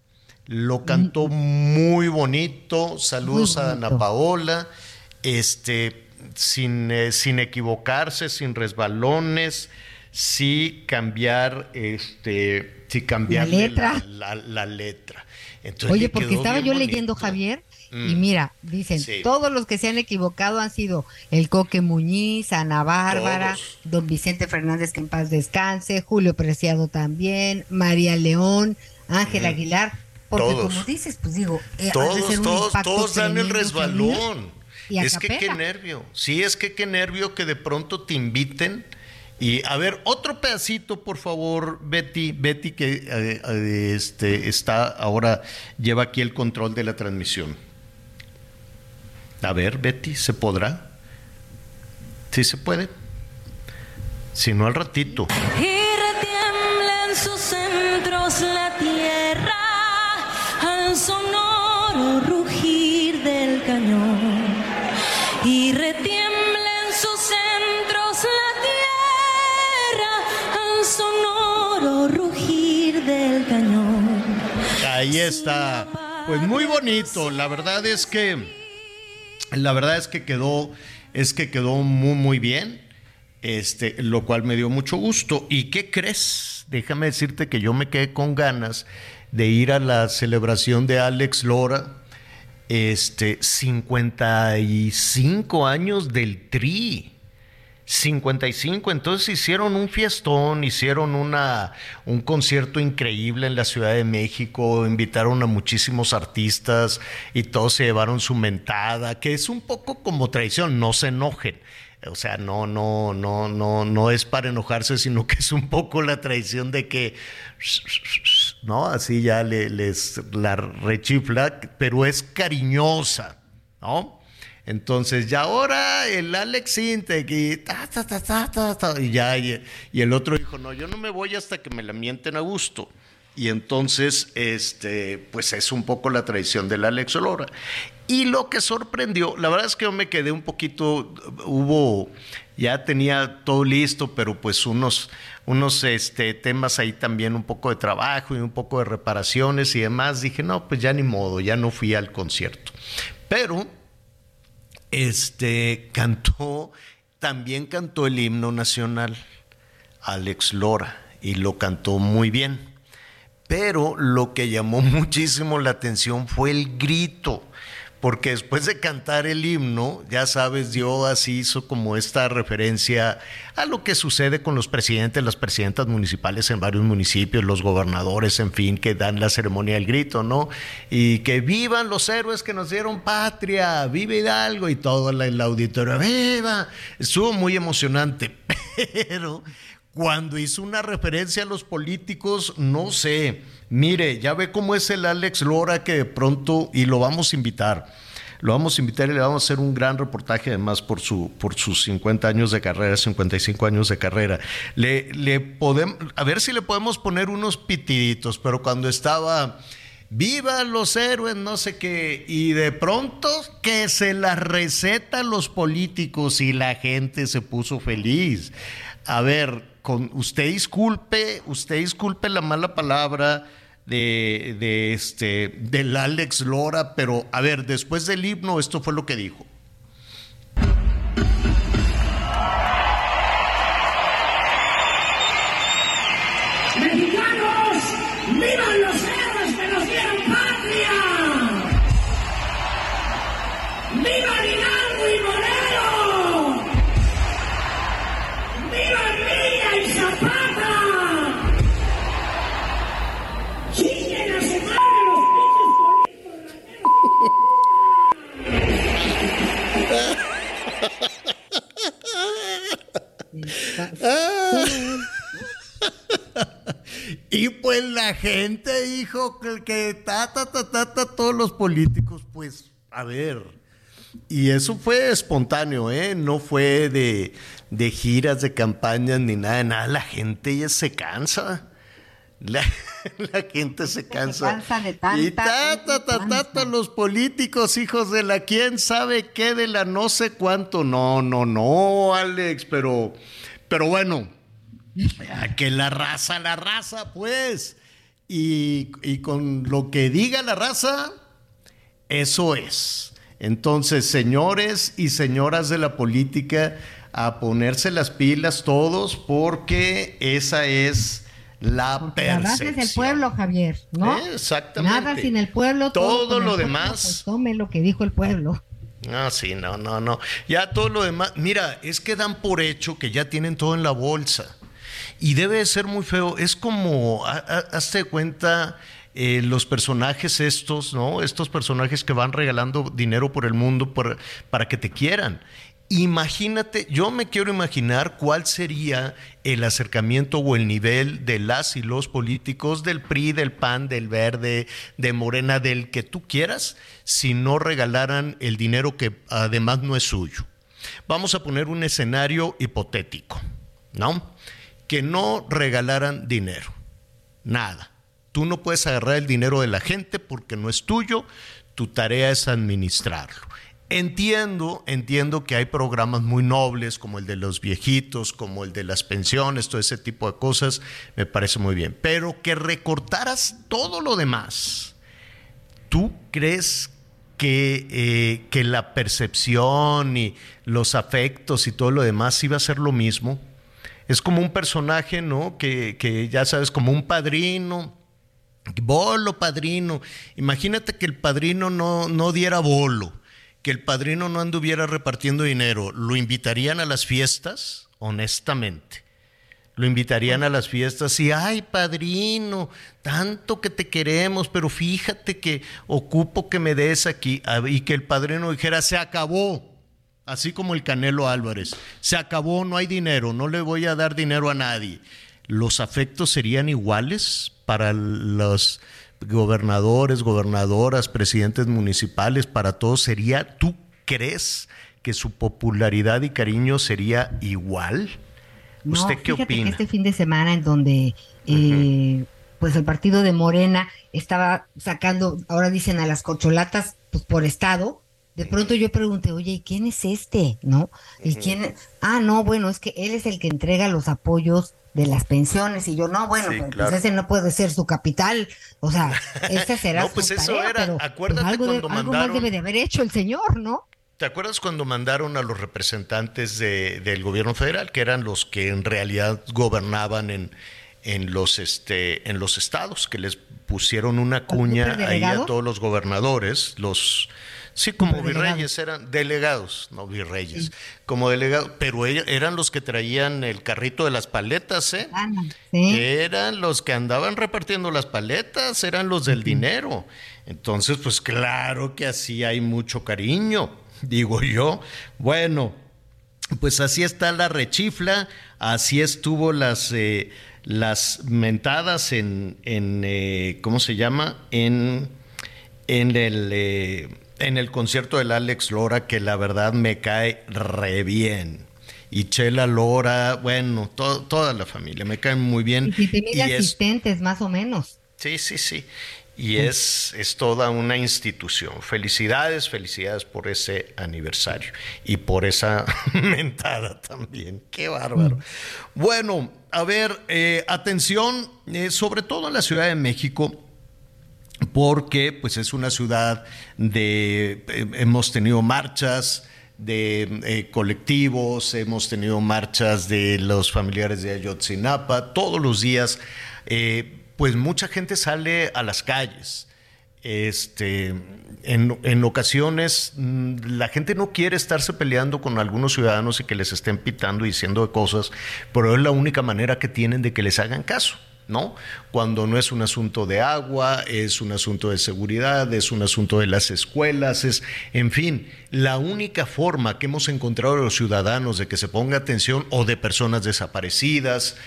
lo cantó muy bonito. Saludos Muy a bonito. Ana Paola, este, sin, eh, sin equivocarse, sin resbalones, sí cambiar, este, sí cambiar La letra. La, la- la letra. Entonces Oye, le porque quedó estaba bien yo bonito. leyendo, Javier, y Mm. mira, dicen, Sí. todos los que se han equivocado han sido el Coque Muñiz, Ana Bárbara, Todos. don Vicente Fernández, que en paz descanse, Julio Preciado también, María León, Ángel Mm. Aguilar, porque Todos. como dices, pues digo, eh, ha de Todos, ser un todos, impacto todos dan el tremendo resbalón. salir y a Es que qué capela. nervio. Sí, es que qué nervio que de pronto te inviten. Y a ver, otro pedacito, por favor, Betty. Betty, que eh, eh, este, está ahora, lleva aquí el control de la transmisión. A ver, Betty, ¿se podrá? Sí se puede. Si no, al ratito. Y retiembla en sus centros la tierra al sonoro rugir del cañón. Y retiembla en sus centros la tierra al sonoro rugir del cañón. Ahí está. Pues muy bonito. La verdad es que la verdad es que quedó es que quedó muy muy bien. Este, lo cual me dio mucho gusto. ¿Y qué crees? Déjame decirte que yo me quedé con ganas de ir a la celebración de Alex Lora. Este, cincuenta y cinco años del Tri. cincuenta y cinco, entonces hicieron un fiestón, hicieron una, un concierto increíble en la Ciudad de México, invitaron a muchísimos artistas y todos se llevaron su mentada, que es un poco como tradición, no se enojen. O sea, no, no, no, no, no es para enojarse, sino que es un poco la tradición de que, ¿no? Así ya le, les la rechifla, pero es cariñosa, ¿no? Entonces, ya ahora el Alex Sintek y ta, ta, ta, ta, ta, ta, y ya, y, y el otro dijo, no, yo no me voy hasta que me la mienten a gusto. Y entonces, este, pues es un poco la tradición del Alex Lora. Y lo que sorprendió, la verdad es que yo me quedé un poquito, hubo, ya tenía todo listo, pero pues unos, unos este, temas ahí también, un poco de trabajo y un poco de reparaciones y demás. Dije, no, pues ya ni modo, ya no fui al concierto. Pero, este, cantó, también cantó el himno nacional, Alex Lora, y lo cantó muy bien. Pero lo que llamó muchísimo la atención fue el grito, porque después de cantar el himno, ya sabes, dio así, hizo como esta referencia a lo que sucede con los presidentes, las presidentas municipales en varios municipios, los gobernadores, en fin, que dan la ceremonia del grito, ¿no? Y que vivan los héroes que nos dieron patria, vive Hidalgo, y todo el, el auditorio, ¡viva! Estuvo muy emocionante, pero cuando hizo una referencia a los políticos, no sé, mire, ya ve cómo es el Alex Lora, que de pronto, y lo vamos a invitar, lo vamos a invitar y le vamos a hacer un gran reportaje además por su por sus cincuenta años de carrera, cincuenta y cinco años de carrera. Le, le podemos, a ver si le podemos poner unos pitiditos, pero cuando estaba, viva los héroes, no sé qué, y de pronto que se la receta a los políticos y la gente se puso feliz. A ver, con, usted disculpe, usted disculpe la mala palabra de, de este, del Alex Lora, pero a ver, después del himno, esto fue lo que dijo. ¡Mexicanos! ¡Vivan los héroes que nos dieron patria! ¡Viva Hidalgo y Morelos! ¡Viva Villa y Zapata! ¡Chinguen a su madre los Y pues la gente dijo que, que ta, ta, ta, ta, ta, todos los políticos, pues, a ver. Y eso fue espontáneo, ¿eh? No fue de, de giras, de campañas, ni nada de nada. La gente ya se cansa. La, la gente se cansa. Se cansa de tanta, y ta, ta, ta, ta, ta, los políticos, hijos de la quién sabe qué, de la no sé cuánto. No, no, no, Alex, pero, pero bueno, que la raza, la raza, pues, y, y con lo que diga la raza, eso es. Entonces, señores y señoras de la política, a ponerse las pilas todos, porque esa es la percepción. La base es el pueblo, Javier, ¿no? ¿Eh? Exactamente. Nada sin el pueblo. Todo, todo lo pueblo, demás. Pues tome lo que dijo el pueblo. Ah, sí, no, no, no. Ya todo lo demás. Mira, es que dan por hecho que ya tienen todo en la bolsa. Y debe de ser muy feo. Es como, ha, ha, hazte cuenta, eh, los personajes estos, ¿no? Estos personajes que van regalando dinero por el mundo por, para que te quieran. Imagínate, yo me quiero imaginar cuál sería el acercamiento o el nivel de las y los políticos del P R I, del P A N, del Verde, de Morena, del que tú quieras, si no regalaran el dinero que además no es suyo. Vamos a poner un escenario hipotético, ¿no? Que no regalaran dinero, nada. Tú no puedes agarrar el dinero de la gente porque no es tuyo, tu tarea es administrarlo. Entiendo, entiendo que hay programas muy nobles como el de los viejitos, como el de las pensiones, todo ese tipo de cosas, me parece muy bien. Pero que recortaras todo lo demás, ¿tú crees que, eh, que la percepción y los afectos y todo lo demás iba a ser lo mismo? Es como un personaje, ¿no? Que, que ya sabes, como un padrino. Bolo, padrino. Imagínate que el padrino no, no diera bolo, que el padrino no anduviera repartiendo dinero. ¿Lo invitarían a las fiestas? Honestamente. Lo invitarían a las fiestas y, ay, padrino, tanto que te queremos, pero fíjate que ocupo que me des aquí. Y que el padrino dijera, se acabó. Así como el Canelo Álvarez. Se acabó, no hay dinero, no le voy a dar dinero a nadie. ¿Los afectos serían iguales para los gobernadores, gobernadoras, presidentes municipales, para todos? ¿Sería, tú crees que su popularidad y cariño sería igual? ¿Usted no, qué opina? Que este fin de semana en donde eh, uh-huh. pues el partido de Morena estaba sacando, ahora dicen a las corcholatas, pues por estado. De pronto yo pregunté, oye, ¿y quién es este? ¿No? ¿Y quién? Ah, no, bueno, es que él es el que entrega los apoyos de las pensiones. Y yo, no, bueno, sí, pues claro. ese no puede ser su capital. O sea, ese será no, pues su eso tarea, era. Pero acuérdate pues algo, cuando de, mandaron... algo más debe de haber hecho el señor, ¿no? ¿Te acuerdas cuando mandaron a los representantes de, del gobierno federal, que eran los que en realidad gobernaban en, en, los, este, en los estados, que les pusieron una cuña ahí a todos los gobernadores, los... Sí, como virreyes, eran delegados, no virreyes, sí. como delegados, pero ellos eran los que traían el carrito de las paletas, ¿eh? Ah, ¿sí? Eran los que andaban repartiendo las paletas, eran los del uh-huh. dinero. Entonces, pues claro que así hay mucho cariño, digo yo. Bueno, pues así está la rechifla, así estuvo las, eh, las mentadas en, en eh, ¿cómo se llama? En, en el... Eh, en el concierto del Alex Lora, que la verdad me cae re bien. Y Chela Lora, bueno, to, toda la familia, me caen muy bien. Y si tiene asistentes, es, más o menos. Sí, sí, sí. Y sí. Es, es toda una institución. Felicidades, felicidades por ese aniversario. Y por esa mentada también. Qué bárbaro. Mm. Bueno, a ver, eh, atención, eh, sobre todo en la Ciudad de México, porque pues es una ciudad de, eh, hemos tenido marchas de eh, colectivos, hemos tenido marchas de los familiares de Ayotzinapa, todos los días, eh, pues mucha gente sale a las calles. Este, en, en ocasiones la gente no quiere estarse peleando con algunos ciudadanos y que les estén pitando y diciendo cosas, pero es la única manera que tienen de que les hagan caso, ¿no? Cuando no es un asunto de agua, es un asunto de seguridad, es un asunto de las escuelas, es, en fin, la única forma que hemos encontrado los ciudadanos de que se ponga atención, o de personas desaparecidas,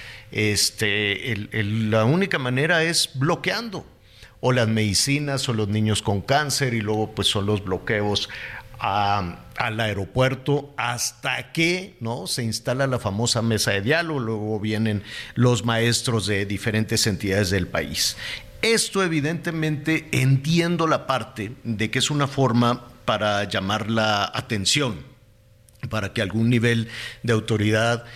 este, el, el, la única manera es bloqueando, o las medicinas, o los niños con cáncer, y luego pues son los bloqueos A, al aeropuerto, hasta que no se instala la famosa mesa de diálogo, luego vienen los maestros de diferentes entidades del país. Esto evidentemente entiendo la parte de que es una forma para llamar la atención, para que algún nivel de autoridad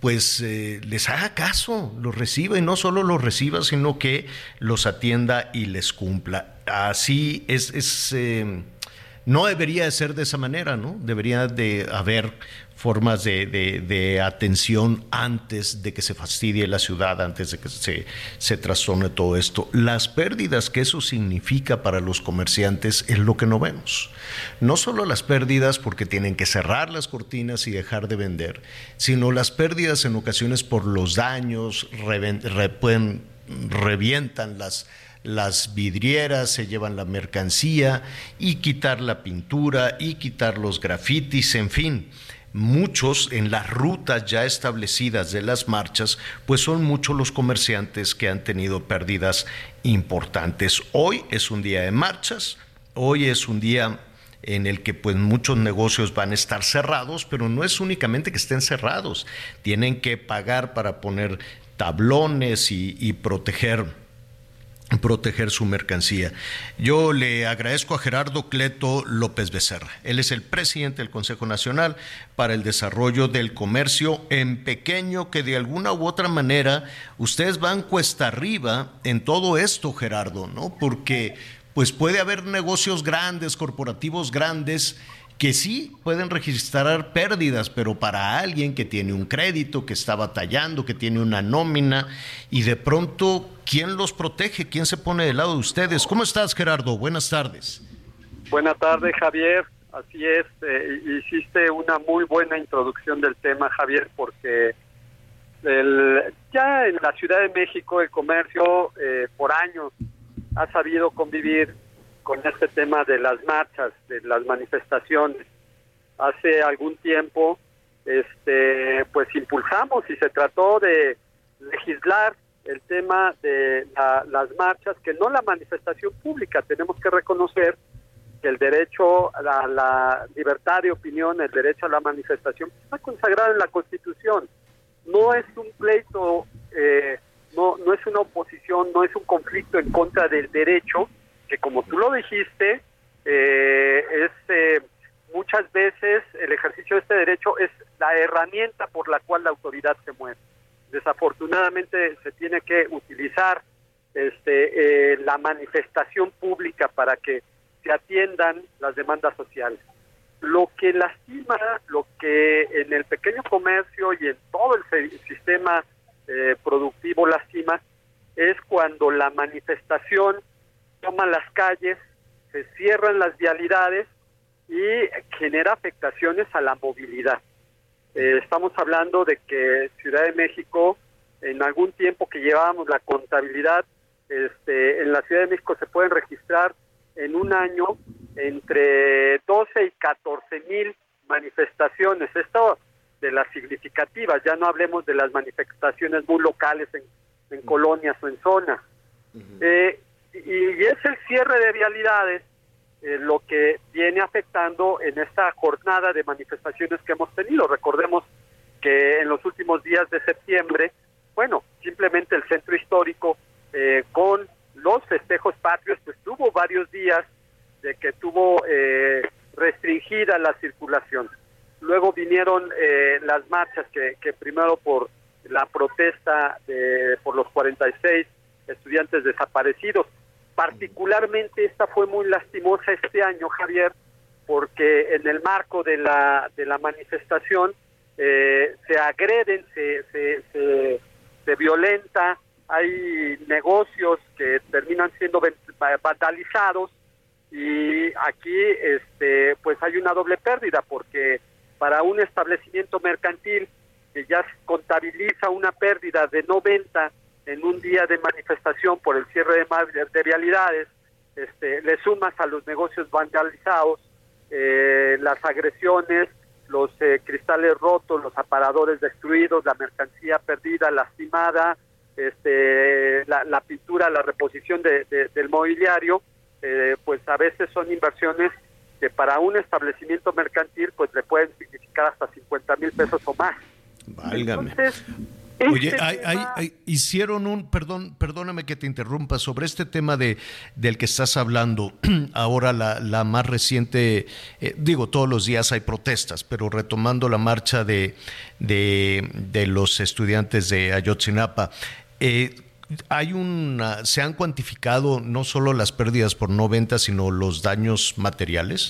pues eh, les haga caso, los reciba, y no solo los reciba, sino que los atienda y les cumpla. Así es, es eh, no debería de ser de esa manera, ¿no? Debería de haber formas de, de, de atención antes de que se fastidie la ciudad, antes de que se, se trastorne todo esto. Las pérdidas que eso significa para los comerciantes es lo que no vemos. No solo las pérdidas porque tienen que cerrar las cortinas y dejar de vender, sino las pérdidas en ocasiones por los daños, reven, re, pueden, revientan las las vidrieras, se llevan la mercancía, y quitar la pintura y quitar los grafitis, en fin. Muchos en las rutas ya establecidas de las marchas, pues son muchos los comerciantes que han tenido pérdidas importantes. Hoy es un día de marchas, hoy es un día en el que pues muchos negocios van a estar cerrados, pero no es únicamente que estén cerrados, tienen que pagar para poner tablones y, y proteger proteger su mercancía. Yo le agradezco a Gerardo Cleto López Becerra. Él es el presidente del Consejo Nacional para el Desarrollo del Comercio en Pequeño, que de alguna u otra manera ustedes van cuesta arriba en todo esto, Gerardo, ¿no? Porque pues puede haber negocios grandes, corporativos grandes, que sí pueden registrar pérdidas, pero para alguien que tiene un crédito, que está batallando, que tiene una nómina, y de pronto, ¿quién los protege? ¿Quién se pone del lado de ustedes? ¿Cómo estás, Gerardo? Buenas tardes. Buenas tardes, Javier. Así es, eh, hiciste una muy buena introducción del tema, Javier, porque el, ya en la Ciudad de México el comercio eh, por años ha sabido convivir con este tema de las marchas, de las manifestaciones. Hace algún tiempo, este, pues impulsamos y se trató de legislar el tema de la, las marchas, que no la manifestación pública. Tenemos que reconocer que el derecho a la, la libertad de opinión, el derecho a la manifestación, está consagrado en la Constitución. No es un pleito, eh, no, no es una oposición, no es un conflicto en contra del derecho, que como tú lo dijiste, eh, es eh, muchas veces el ejercicio de este derecho es la herramienta por la cual la autoridad se mueve. Desafortunadamente se tiene que utilizar este, eh, la manifestación pública para que se atiendan las demandas sociales. Lo que lastima, lo que en el pequeño comercio y en todo el sistema eh, productivo lastima, es cuando la manifestación toma las calles, se cierran las vialidades y genera afectaciones a la movilidad. Eh, estamos hablando de que Ciudad de México, en algún tiempo que llevábamos la contabilidad, este, en la Ciudad de México se pueden registrar en un año entre doce y catorce mil manifestaciones. Esto de las significativas, ya no hablemos de las manifestaciones muy locales en, en colonias o en zonas. Uh-huh. Eh, y es el cierre de vialidades eh, lo que viene afectando en esta jornada de manifestaciones que hemos tenido. Recordemos que en los últimos días de septiembre, bueno, simplemente el centro histórico eh, con los festejos patrios, pues tuvo varios días de que tuvo eh, restringida la circulación. Luego vinieron eh, las marchas que, que primero por la protesta de, por los cuarenta y seis estudiantes desaparecidos. Particularmente esta fue muy lastimosa este año, Javier, porque en el marco de la de la manifestación eh, se agreden, se, se, se, se violenta, hay negocios que terminan siendo vandalizados y aquí este pues hay una doble pérdida, porque para un establecimiento mercantil que ya contabiliza una pérdida de no venta en un día de manifestación por el cierre de, de vialidades, este, le sumas a los negocios vandalizados, eh, las agresiones, los eh, cristales rotos, los aparadores destruidos, la mercancía perdida, lastimada, este, la, la pintura, la reposición de, de, del mobiliario, eh, pues a veces son inversiones que para un establecimiento mercantil pues le pueden significar hasta cincuenta mil pesos o más. Válgame. Entonces, Oye, este hay, tema... hay, hay, hicieron un, perdón, perdóname que te interrumpa, sobre este tema de del que estás hablando, ahora la, la más reciente, eh, digo, todos los días hay protestas, pero retomando la marcha de, de, de los estudiantes de Ayotzinapa, eh, hay una, ¿se han cuantificado no solo las pérdidas por no venta, sino los daños materiales?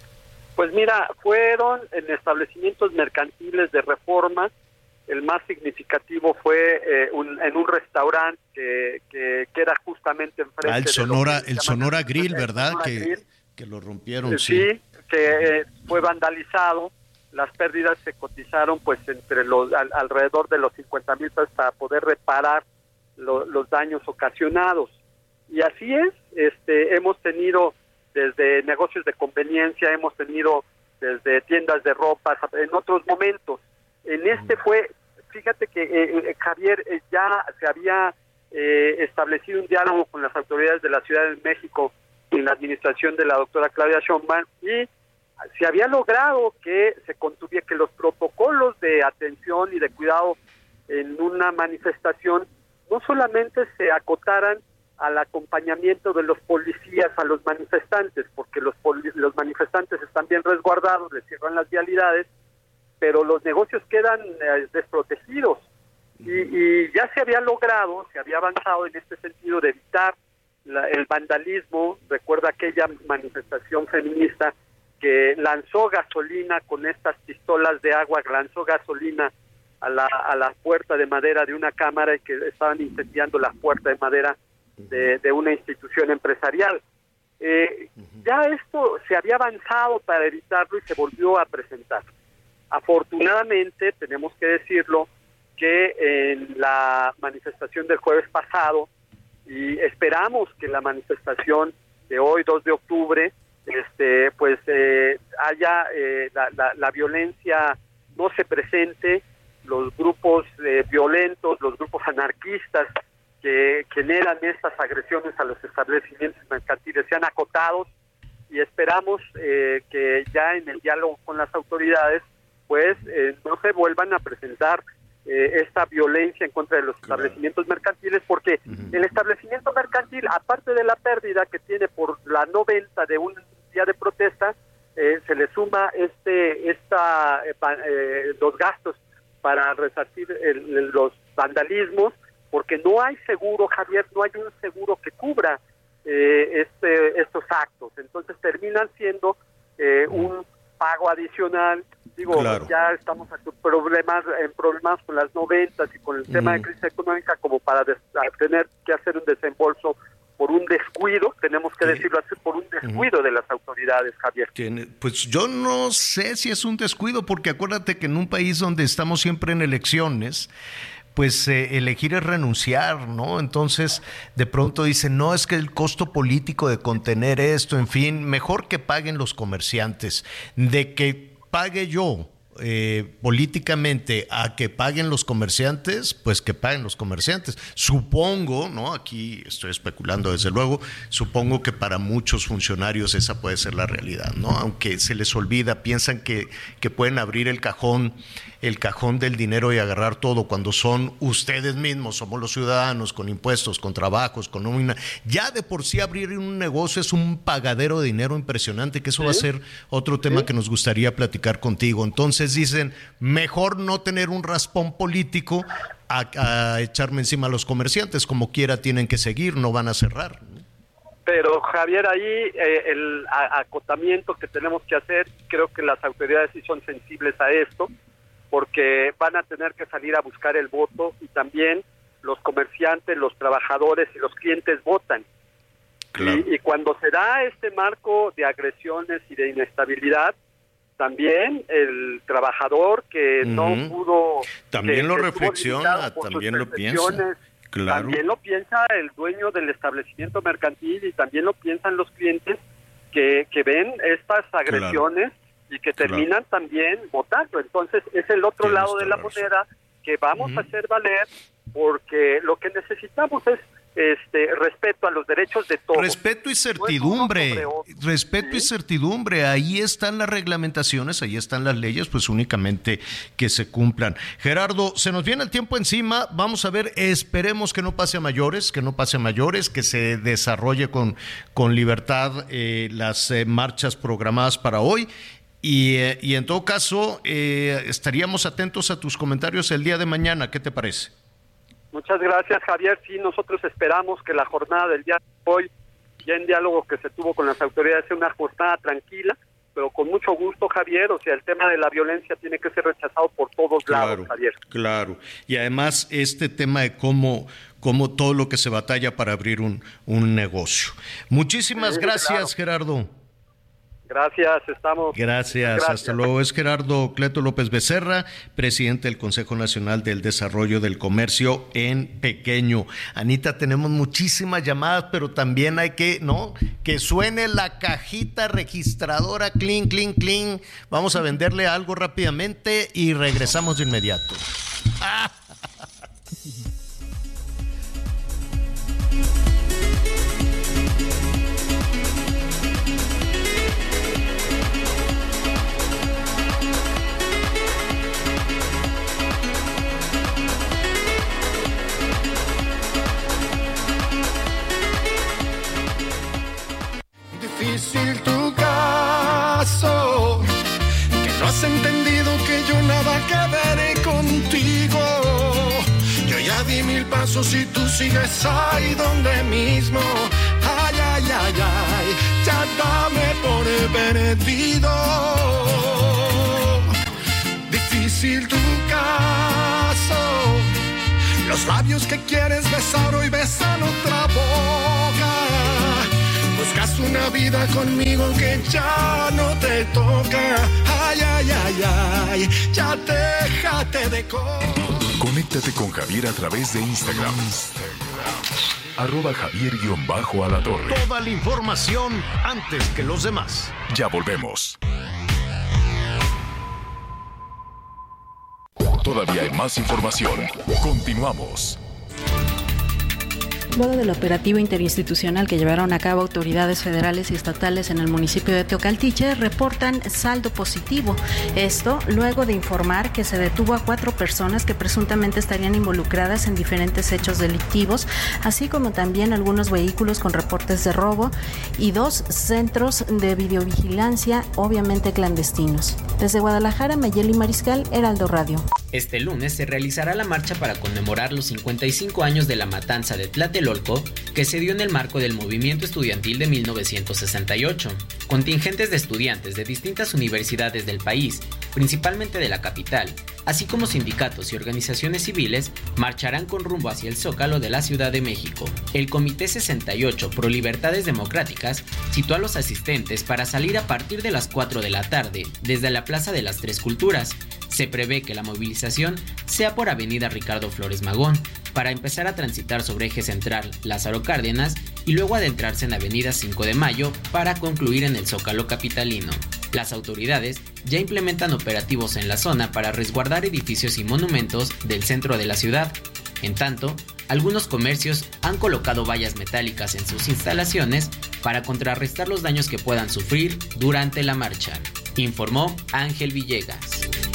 Pues mira, fueron en establecimientos mercantiles de Reforma. El más significativo fue eh, un, en un restaurante que, que, que era justamente enfrente. Ah, el Sonora, de el Sonora Grill, ¿verdad? Sonora que, Grill. que lo rompieron, sí. Sí, que eh, fue vandalizado. Las pérdidas se cotizaron pues entre los al, alrededor de los cincuenta mil pesos para poder reparar lo, los daños ocasionados. Y así es, este, hemos tenido desde negocios de conveniencia, hemos tenido desde tiendas de ropa, en otros momentos. En este fue, fíjate que eh, Javier, eh, ya se había eh, establecido un diálogo con las autoridades de la Ciudad de México en la administración de la doctora Claudia Sheinbaum y se había logrado que se contuviera, que los protocolos de atención y de cuidado en una manifestación no solamente se acotaran al acompañamiento de los policías a los manifestantes, porque los, poli- los manifestantes están bien resguardados, les cierran las vialidades, pero los negocios quedan eh, desprotegidos y, y ya se había logrado, se había avanzado en este sentido de evitar la, el vandalismo. Recuerda aquella manifestación feminista que lanzó gasolina con estas pistolas de agua, lanzó gasolina a la, a la puerta de madera de una cámara y que estaban incendiando la puerta de madera de, de una institución empresarial. Eh, ya esto se había avanzado para evitarlo y se volvió a presentar. Afortunadamente, tenemos que decirlo, que en la manifestación del jueves pasado, y esperamos que la manifestación de hoy, dos de octubre, este, pues eh, haya eh, la, la, la violencia no se presente, los grupos eh, violentos, los grupos anarquistas que generan estas agresiones a los establecimientos mercantiles sean acotados y esperamos eh, que ya en el diálogo con las autoridades pues eh, no se vuelvan a presentar eh, esta violencia en contra de los claro. establecimientos mercantiles, porque uh-huh. el establecimiento mercantil, aparte de la pérdida que tiene por la no venta de un día de protesta, eh, se le suma este esta eh, eh, los gastos para resarcir el, el, los vandalismos, porque no hay seguro, Javier, no hay un seguro que cubra eh, este estos actos, entonces terminan siendo eh, un pago adicional. Digo, claro. ya estamos en problemas, en problemas con las noventas y con el mm. tema de crisis económica como para des- tener que hacer un desembolso por un descuido, tenemos que sí. decirlo así, por un descuido mm. de las autoridades, Javier. Pues yo no sé si es un descuido, porque acuérdate que en un país donde estamos siempre en elecciones, pues eh, elegir es renunciar, ¿no? Entonces, de pronto dicen, no, es que el costo político de contener esto, en fin, mejor que paguen los comerciantes, de que pague yo eh, políticamente a que paguen los comerciantes, pues que paguen los comerciantes. Supongo, ¿no? Aquí estoy especulando desde luego, supongo que para muchos funcionarios esa puede ser la realidad, ¿no? Aunque se les olvida, piensan que, que pueden abrir el cajón el cajón del dinero y agarrar todo, cuando son ustedes mismos, somos los ciudadanos, con impuestos, con trabajos, con nómina. Ya de por sí abrir un negocio es un pagadero de dinero impresionante, que eso ¿Sí? va a ser otro tema ¿Sí? que nos gustaría platicar contigo. Entonces dicen, mejor no tener un raspón político a, a echarme encima a los comerciantes, como quiera tienen que seguir, no van a cerrar. Pero Javier, ahí eh, el a, acotamiento que tenemos que hacer, creo que las autoridades sí son sensibles a esto, porque van a tener que salir a buscar el voto y también los comerciantes, los trabajadores y los clientes votan. Claro. Y, y cuando se da este marco de agresiones y de inestabilidad, también el trabajador que uh-huh. no pudo... También que, lo que reflexiona, también lo piensa. Claro. También lo piensa el dueño del establecimiento mercantil y también lo piensan los clientes que, que ven estas agresiones. Claro. Y que terminan claro. también votando. Entonces, es el otro Tienes lado de la razón. moneda que vamos uh-huh. a hacer valer, porque lo que necesitamos es este, respeto a los derechos de todos. Respeto y certidumbre, no respeto ¿sí? y certidumbre, ahí están las reglamentaciones, ahí están las leyes, pues únicamente que se cumplan. Gerardo, se nos viene el tiempo encima, vamos a ver, esperemos que no pase a mayores, que no pase a mayores, que se desarrolle con, con libertad eh, las eh, marchas programadas para hoy. Y, eh, y en todo caso, eh, estaríamos atentos a tus comentarios el día de mañana, ¿qué te parece? Muchas gracias, Javier. Sí, nosotros esperamos que la jornada del día de hoy, ya en diálogo que se tuvo con las autoridades, sea una jornada tranquila, pero con mucho gusto, Javier. O sea, el tema de la violencia tiene que ser rechazado por todos claro, lados, Javier. Claro, y además este tema de cómo, cómo todo lo que se batalla para abrir un, un negocio. Muchísimas sí, gracias, claro. Gerardo. Gracias, estamos. Gracias, Gracias, hasta luego. Es Gerardo Cleto López Becerra, presidente del Consejo Nacional del Desarrollo del Comercio en Pequeño. Anita, tenemos muchísimas llamadas, pero también hay que, ¿no? Que suene la cajita registradora, clink, clink, clink. Vamos a venderle algo rápidamente y regresamos de inmediato. ¡Ah! Difícil tu caso, que no has entendido que yo nada que veré contigo. Yo ya di mil pasos y tú sigues ahí donde mismo. Ay, ay, ay, ay, ya dame por perdido. Difícil tu caso, los labios que quieres besar hoy besan otra boca. Buscas una vida conmigo que ya no te toca. Ay, ay, ay, ay, ya déjate de cosas. Conéctate con Javier a través de Instagram. Instagram. Arroba Javier-Alatorre. Toda la información antes que los demás. Ya volvemos. Todavía hay más información. Continuamos. Luego del operativo interinstitucional que llevaron a cabo autoridades federales y estatales en el municipio de Teocaltiche, reportan saldo positivo. Esto luego de informar que se detuvo a cuatro personas que presuntamente estarían involucradas en diferentes hechos delictivos, así como también algunos vehículos con reportes de robo y dos centros de videovigilancia, obviamente clandestinos. Desde Guadalajara, Mayeli Mariscal, Heraldo Radio. Este lunes se realizará la marcha para conmemorar los cincuenta y cinco años de la matanza de Tlatelolco, que se dio en el marco del movimiento estudiantil de mil novecientos sesenta y ocho. Contingentes de estudiantes de distintas universidades del país, principalmente de la capital, así como sindicatos y organizaciones civiles, marcharán con rumbo hacia el Zócalo de la Ciudad de México. El Comité sesenta y ocho Pro Libertades Democráticas citó a los asistentes para salir a partir de las cuatro de la tarde desde la Plaza de las Tres Culturas. Se prevé que la movilización sea por Avenida Ricardo Flores Magón, para empezar a transitar sobre eje central Lázaro Cárdenas y luego adentrarse en Avenida cinco de Mayo para concluir en el Zócalo capitalino. Las autoridades ya implementan operativos en la zona para resguardar edificios y monumentos del centro de la ciudad. En tanto, algunos comercios han colocado vallas metálicas en sus instalaciones para contrarrestar los daños que puedan sufrir durante la marcha, informó Ángel Villegas.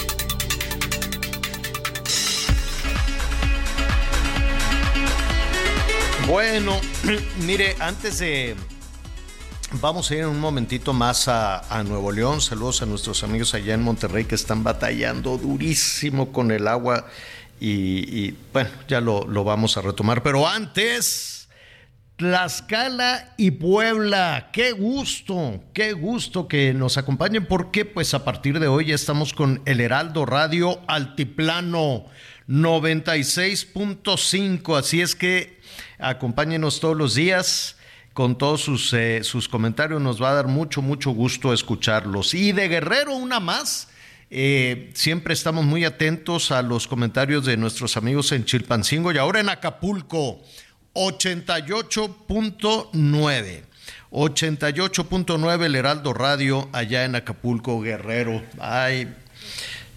Bueno, mire, antes de... Vamos a ir un momentito más a, a Nuevo León. Saludos a nuestros amigos allá en Monterrey que están batallando durísimo con el agua y, y bueno, ya lo, lo vamos a retomar. Pero antes, Tlaxcala y Puebla. Qué gusto, qué gusto que nos acompañen porque pues a partir de hoy ya estamos con el Heraldo Radio Altiplano noventa y seis punto cinco. Así es que acompáñenos todos los días con todos sus, eh, sus comentarios. Nos va a dar mucho, mucho gusto escucharlos. Y de Guerrero, una más. Eh, siempre estamos muy atentos a los comentarios de nuestros amigos en Chilpancingo y ahora en Acapulco. ochenta y ocho punto nueve. ochenta y ocho punto nueve el Heraldo Radio allá en Acapulco, Guerrero. Ay,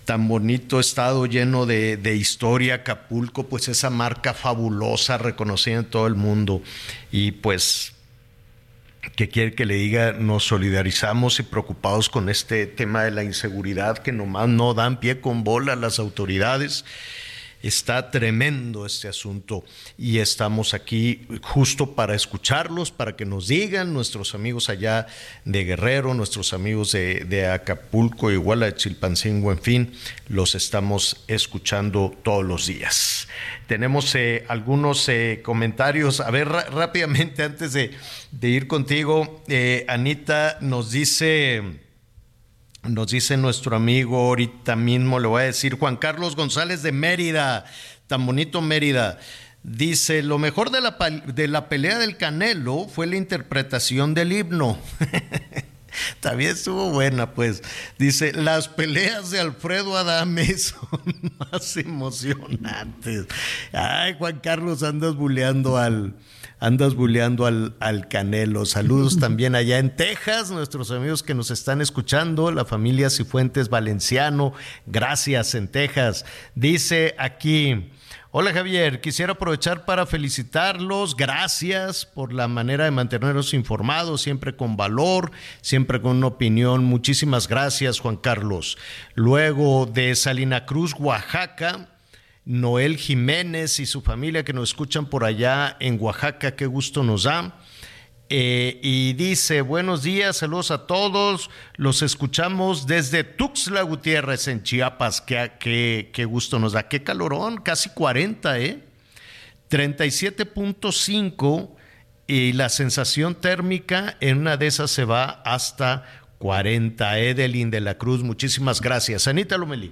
tan bonito estado lleno de, de historia, Acapulco, pues esa marca fabulosa, reconocida en todo el mundo. Y pues, ¿qué quiere que le diga? Nos solidarizamos y preocupados con este tema de la inseguridad que nomás no dan pie con bola a las autoridades. Está tremendo este asunto y estamos aquí justo para escucharlos, para que nos digan nuestros amigos allá de Guerrero, nuestros amigos de, de Acapulco, Iguala, de Chilpancingo, en fin, los estamos escuchando todos los días. Tenemos eh, algunos eh, comentarios. A ver, rápidamente, antes de, de ir contigo, eh, Anita nos dice... Nos dice nuestro amigo, ahorita mismo le voy a decir, Juan Carlos González de Mérida, tan bonito Mérida, dice, lo mejor de la, de la pelea del Canelo fue la interpretación del himno. También estuvo buena, pues. Dice, las peleas de Alfredo Adame son más emocionantes. Ay, Juan Carlos, andas buleando al... Andas buleando al, al Canelo. Saludos también allá en Texas, nuestros amigos que nos están escuchando, la familia Cifuentes Valenciano, gracias en Texas. Dice aquí, hola Javier, quisiera aprovechar para felicitarlos, gracias por la manera de mantenernos informados, siempre con valor, siempre con una opinión. Muchísimas gracias, Juan Carlos. Luego de Salina Cruz, Oaxaca, Noel Jiménez y su familia que nos escuchan por allá en Oaxaca, qué gusto nos da. Eh, y dice, buenos días, saludos a todos, los escuchamos desde Tuxtla Gutiérrez en Chiapas, qué, qué, qué gusto nos da, qué calorón, casi cuarenta, ¿eh? treinta y siete punto cinco y la sensación térmica en una de esas se va hasta cuarenta. Edelín de la Cruz, muchísimas gracias. Anita Lomelí.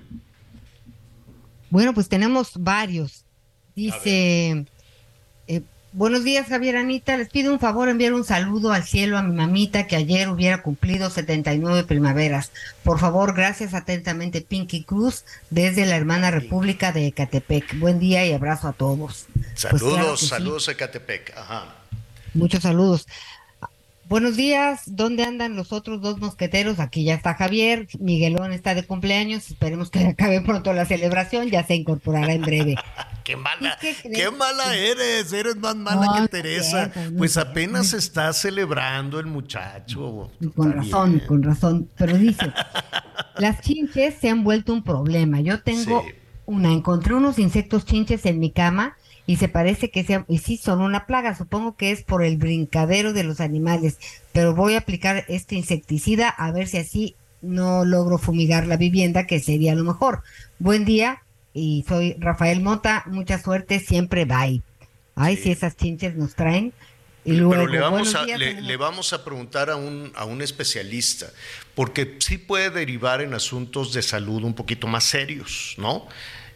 Bueno, pues tenemos varios. Dice, eh, buenos días Javier, Anita, les pido un favor, enviar un saludo al cielo a mi mamita que ayer hubiera cumplido setenta y nueve primaveras. Por favor, gracias atentamente, Pinky Cruz, desde la hermana República de Ecatepec. Buen día y abrazo a todos. Saludos, pues claro saludos sí. Ecatepec. Ajá. Muchos saludos. Buenos días, ¿dónde andan los otros dos mosqueteros? Aquí ya está Javier, Miguelón está de cumpleaños, esperemos que acabe pronto la celebración, ya se incorporará en breve. ¡Qué mala, qué, qué mala eres! Eres más mala no, que Teresa. Cierto, no pues cierto. Apenas está celebrando el muchacho. Con está razón, bien. con razón. Pero dice, las chinches se han vuelto un problema. Yo tengo sí. una, encontré unos insectos chinches en mi cama y se parece que sean, y sí son una plaga, supongo que es por el brincadero de los animales, pero voy a aplicar este insecticida a ver si así no logro fumigar la vivienda, que sería lo mejor. Buen día, y soy Rafael Mota, mucha suerte, siempre bye. Ay, sí. si esas chinches nos traen. Y luego, pero le vamos, a, días, le, le vamos a preguntar a un, a un especialista, porque sí puede derivar en asuntos de salud un poquito más serios, ¿no?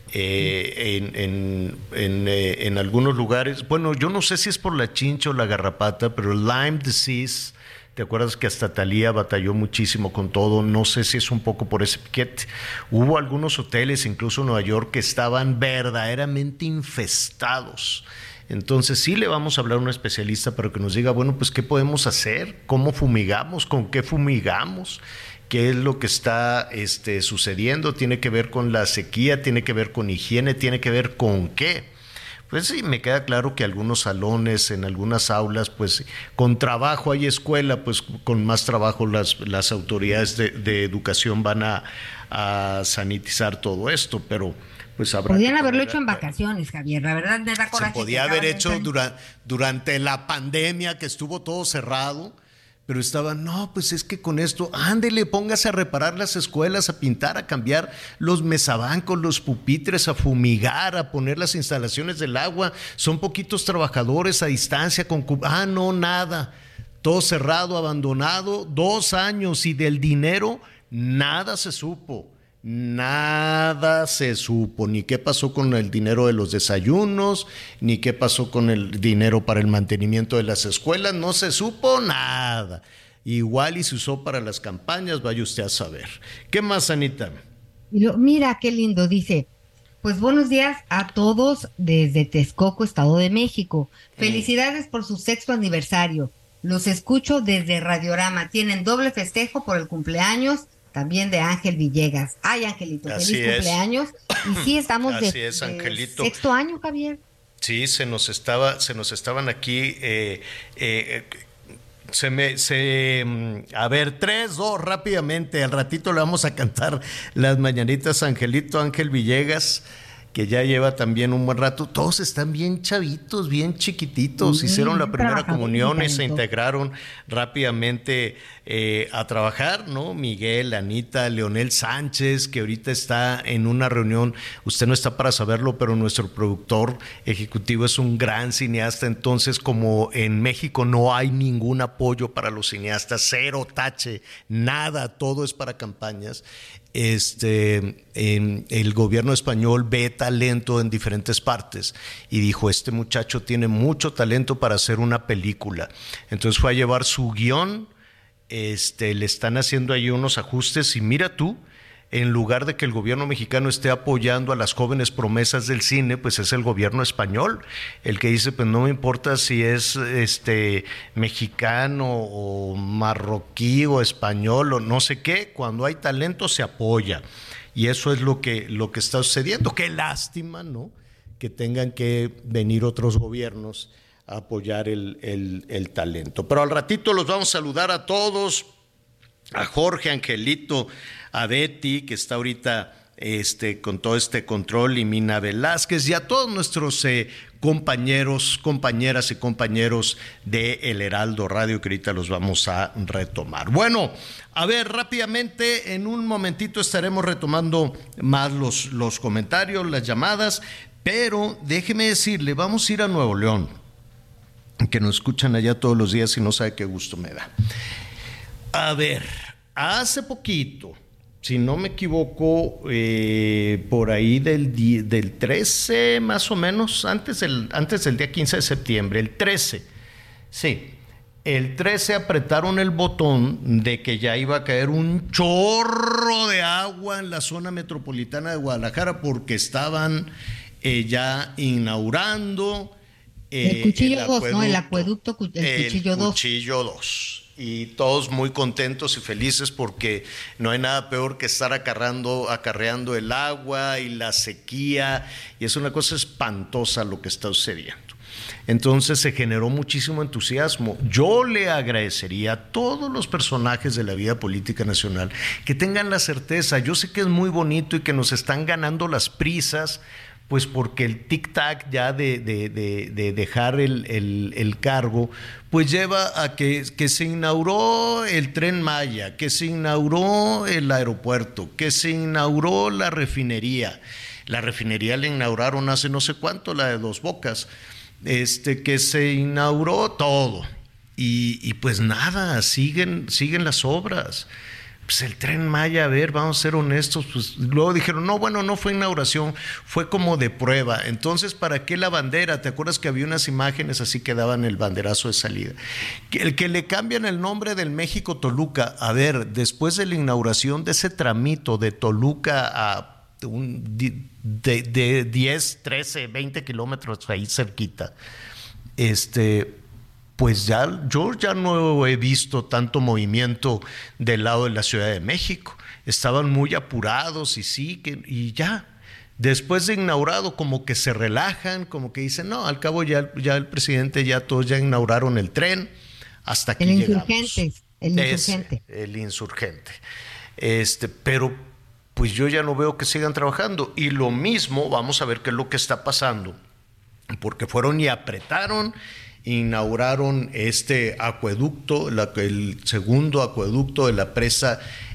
Eh, en, en, en, eh, en algunos lugares, bueno, yo no sé si es por la chincha o la garrapata, pero Lyme disease, ¿te acuerdas que hasta Thalía batalló muchísimo con todo? No sé si es un poco por ese piquete. Hubo algunos hoteles, incluso en Nueva York, que estaban verdaderamente infestados. Entonces sí le vamos a hablar a un especialista para que nos diga, bueno, pues ¿qué podemos hacer? ¿Cómo fumigamos? ¿Con qué fumigamos? ¿Qué es lo que está este, sucediendo? ¿Tiene que ver con la sequía? ¿Tiene que ver con higiene? ¿Tiene que ver con qué? Pues sí, me queda claro que algunos salones, en algunas aulas, pues con trabajo hay escuela, pues con más trabajo las, las autoridades de, de educación van a, a sanitizar todo esto, pero pues habrá Podrían haberlo hecho en vacaciones, Javier, la verdad me da coraje. Se podía haber hecho dura, durante la pandemia que estuvo todo cerrado. Pero estaban, no, pues es que con esto, ándele, póngase a reparar las escuelas, a pintar, a cambiar los mesabancos, los pupitres, a fumigar, a poner las instalaciones del agua. Son poquitos trabajadores a distancia con... Ah, no, nada. Todo cerrado, abandonado, dos años y del dinero, nada se supo. Nada se supo, ni qué pasó con el dinero de los desayunos, ni qué pasó con el dinero para el mantenimiento de las escuelas, no se supo nada. Igual y se usó para las campañas, vaya usted a saber. ¿Qué más, Anita? Mira, qué lindo, dice, pues buenos días a todos desde Texcoco, Estado de México. Felicidades por su sexto aniversario. Los escucho desde Radiorama, tienen doble festejo por el cumpleaños también de Ángel Villegas. Ay, Angelito, Así feliz es. cumpleaños. Y sí, estamos Así de, es, de Angelito. sexto año, Javier. Sí, se nos estaba, se nos estaban aquí, eh, eh, se me, se, a ver, tres, dos, rápidamente, al ratito le vamos a cantar las mañanitas a Angelito, Ángel Villegas, que ya lleva también un buen rato. Todos están bien chavitos, bien chiquititos, Mm, hicieron la primera trabajadores comunión y se talentosos. integraron rápidamente eh, a trabajar, ¿no? Miguel, Anita, Leonel Sánchez, que ahorita está en una reunión, usted no está para saberlo, pero nuestro productor ejecutivo es un gran cineasta, entonces como en México no hay ningún apoyo para los cineastas, cero tache, nada, todo es para campañas. Este, en el gobierno español ve talento en diferentes partes y dijo, este muchacho tiene mucho talento para hacer una película. Entonces fue a llevar su guión, este, le están haciendo ahí unos ajustes y mira tú, en lugar de que el gobierno mexicano esté apoyando a las jóvenes promesas del cine, pues es el gobierno español el que dice, pues no me importa si es este mexicano o marroquí o español o no sé qué, cuando hay talento se apoya. Y eso es lo que, lo que está sucediendo. Qué lástima, ¿no? Que tengan que venir otros gobiernos a apoyar el, el, el talento. Pero al ratito los vamos a saludar a todos, a Jorge, Angelito, a Betty, que está ahorita este, con todo este control, y Mina Velázquez, y a todos nuestros eh, compañeros, compañeras y compañeros de El Heraldo Radio, que ahorita los vamos a retomar. Bueno, a ver, rápidamente, en un momentito estaremos retomando más los, los comentarios, las llamadas, pero déjeme decirle, vamos a ir a Nuevo León, que nos escuchan allá todos los días y no sabe qué gusto me da. A ver, hace poquito, si no me equivoco, eh, por ahí del, di- del trece más o menos, antes del, antes del día quince de septiembre, el trece, sí, el trece apretaron el botón de que ya iba a caer un chorro de agua en la zona metropolitana de Guadalajara porque estaban eh, ya inaugurando El eh, cuchillo dos, ¿no? El acueducto, cu- el el cuchillo dos. cuchillo dos. Y todos muy contentos y felices porque no hay nada peor que estar acarreando, acarreando el agua y la sequía, y es una cosa espantosa lo que está sucediendo. Entonces se generó muchísimo entusiasmo. Yo le agradecería a todos los personajes de la vida política nacional que tengan la certeza, yo sé que es muy bonito y que nos están ganando las prisas, pues porque el tic-tac ya de, de, de, de dejar el, el, el cargo, pues lleva a que, que se inauguró el Tren Maya, que se inauguró el aeropuerto, que se inauguró la refinería. La refinería la inauguraron hace no sé cuánto, la de Dos Bocas, este, que se inauguró todo. Y, y pues nada, siguen, siguen las obras. Pues el Tren Maya, a ver, vamos a ser honestos, pues luego dijeron, no, bueno, no fue inauguración, fue como de prueba. Entonces, ¿para qué la bandera? ¿Te acuerdas que había unas imágenes así que daban el banderazo de salida? El que le cambian el nombre del México Toluca, a ver, después de la inauguración de ese tramito de Toluca a un, de, de diez, trece, veinte kilómetros ahí cerquita, este... pues ya yo ya no he visto tanto movimiento del lado de la Ciudad de México. Estaban muy apurados y sí, que, y ya. Después de inaugurado, como que se relajan, como que dicen, no, al cabo ya, ya el presidente, ya todos ya inauguraron el tren, hasta aquí El llegamos. insurgente, el insurgente. Ese, el insurgente. Este, pero pues yo ya no veo que sigan trabajando. Y lo mismo, vamos a ver qué es lo que está pasando, porque fueron y apretaron, inauguraron este acueducto, la, el segundo acueducto de la presa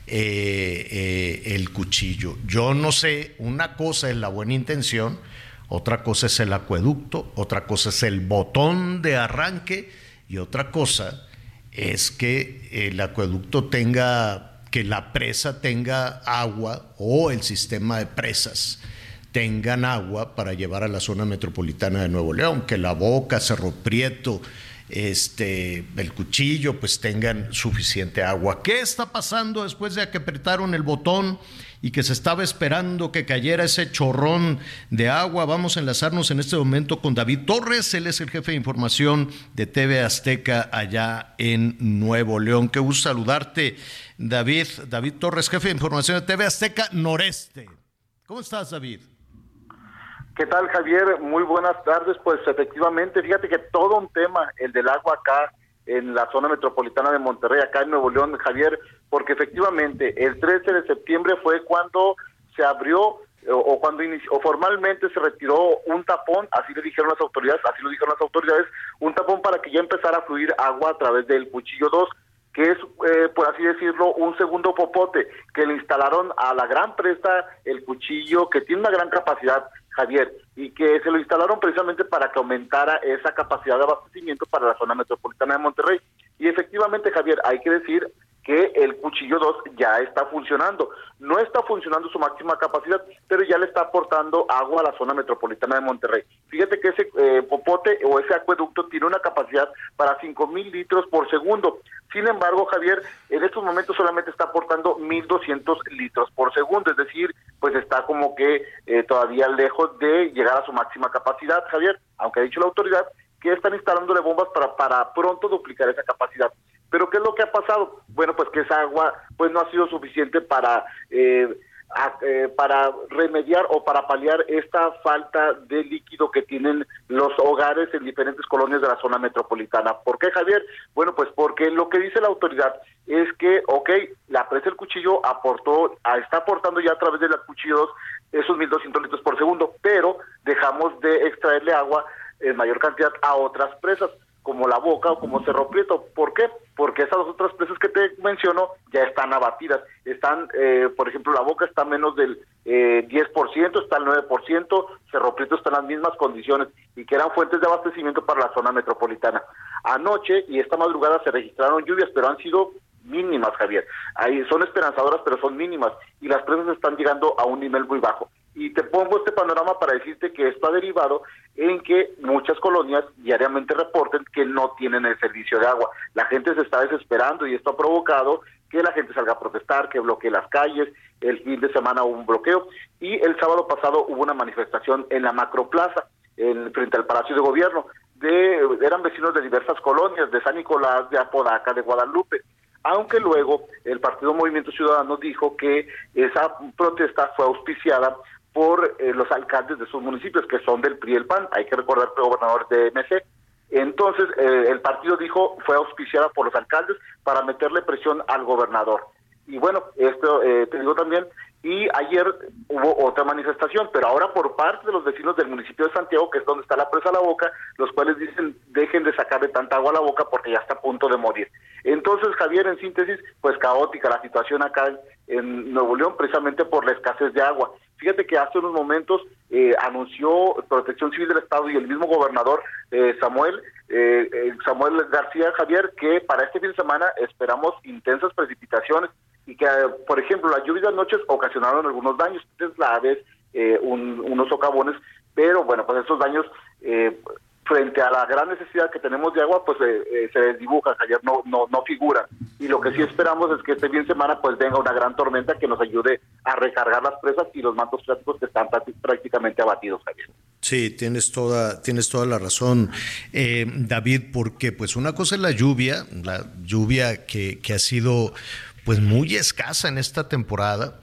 eh, eh, El Cuchillo. Yo no sé, una cosa es la buena intención, otra cosa es el acueducto, otra cosa es el botón de arranque y otra cosa es que el acueducto tenga, que la presa tenga agua o el sistema de presas tengan agua para llevar a la zona metropolitana de Nuevo León, que La Boca, Cerro Prieto, este, el cuchillo, pues tengan suficiente agua. ¿Qué está pasando después de que apretaron el botón y que se estaba esperando que cayera ese chorrón de agua? Vamos a enlazarnos en este momento con David Torres. Él es el jefe de información de T V Azteca allá en Nuevo León. Qué gusto saludarte, David. David Torres, jefe de información de T V Azteca Noreste. ¿Cómo estás, David? ¿Qué tal, Javier? Muy buenas tardes. Pues efectivamente, fíjate que todo un tema, el del agua acá en la zona metropolitana de Monterrey, acá en Nuevo León, Javier, porque efectivamente el trece de septiembre fue cuando se abrió o, o cuando inició, o formalmente se retiró un tapón, así le dijeron las autoridades, así lo dijeron las autoridades, un tapón para que ya empezara a fluir agua a través del Cuchillo dos, que es, eh, por así decirlo, un segundo popote que le instalaron a la gran presa El Cuchillo, que tiene una gran capacidad, Javier, y que se lo instalaron precisamente para que aumentara esa capacidad de abastecimiento para la zona metropolitana de Monterrey. Y efectivamente, Javier, hay que decir que el Cuchillo dos ya está funcionando. No está funcionando su máxima capacidad, pero ya le está aportando agua a la zona metropolitana de Monterrey. Fíjate que ese eh, popote o ese acueducto tiene una capacidad para cinco mil litros por segundo. Sin embargo, Javier, en estos momentos solamente está aportando mil doscientos litros por segundo, es decir, pues está como que eh, todavía lejos de llegar a su máxima capacidad, Javier, aunque ha dicho la autoridad que están instalándole bombas para, para pronto duplicar esa capacidad. Pero ¿qué es lo que ha pasado? Bueno, pues que esa agua pues no ha sido suficiente para eh, a, eh, para remediar o para paliar esta falta de líquido que tienen los hogares en diferentes colonias de la zona metropolitana. ¿Por qué, Javier? Bueno, pues porque lo que dice la autoridad es que, ok, la presa El Cuchillo aportó, está aportando ya a través de la Cuchillo dos esos mil doscientos litros por segundo, pero dejamos de extraerle agua en mayor cantidad a otras presas, como La Boca o como Cerro Prieto. ¿Por qué? Porque esas dos otras presas que te menciono ya están abatidas. Están, eh, por ejemplo, La Boca está menos del eh, diez por ciento, está al nueve por ciento, Cerro Prieto está en las mismas condiciones y que eran fuentes de abastecimiento para la zona metropolitana. Anoche y esta madrugada se registraron lluvias, pero han sido mínimas, Javier. Ahí son esperanzadoras, pero son mínimas y las presas están llegando a un nivel muy bajo. Y te pongo este panorama para decirte que esto ha derivado en que muchas colonias diariamente reporten que no tienen el servicio de agua. La gente se está desesperando y esto ha provocado que la gente salga a protestar, que bloquee las calles. El fin de semana hubo un bloqueo y el sábado pasado hubo una manifestación en la Macroplaza, en, frente al Palacio de Gobierno. De, eran vecinos de diversas colonias, de San Nicolás, de Apodaca, de Guadalupe. Aunque luego el Partido Movimiento Ciudadano dijo que esa protesta fue auspiciada por eh, los alcaldes de sus municipios, que son del P R I y el P A N. Hay que recordar que gobernadores de M C. Entonces, eh, el partido dijo, fue auspiciada por los alcaldes para meterle presión al gobernador. Y bueno, esto eh, te digo también, y ayer hubo otra manifestación, pero ahora por parte de los vecinos del municipio de Santiago, que es donde está la presa La Boca, los cuales dicen, dejen de sacarle tanta agua a La Boca porque ya está a punto de morir. Entonces, Javier, en síntesis, pues caótica la situación acá en Nuevo León, precisamente por la escasez de agua. Fíjate que hace unos momentos eh, anunció Protección Civil del Estado y el mismo gobernador eh, Samuel eh, eh, Samuel García, Javier, que para este fin de semana esperamos intensas precipitaciones y que, por ejemplo, las lluvias de noches ocasionaron algunos daños, entonces la vez eh, un, unos socavones, pero bueno, pues esos daños eh, frente a la gran necesidad que tenemos de agua, pues eh, eh, se desdibujan, ayer no, no, no figuran. Y lo que sí esperamos es que este fin de semana pues venga una gran tormenta que nos ayude a recargar las presas y los mantos freáticos que están prácticamente abatidos, Javier. Sí, tienes toda, tienes toda la razón, eh, David, porque pues una cosa es la lluvia, la lluvia que, que ha sido pues muy escasa en esta temporada,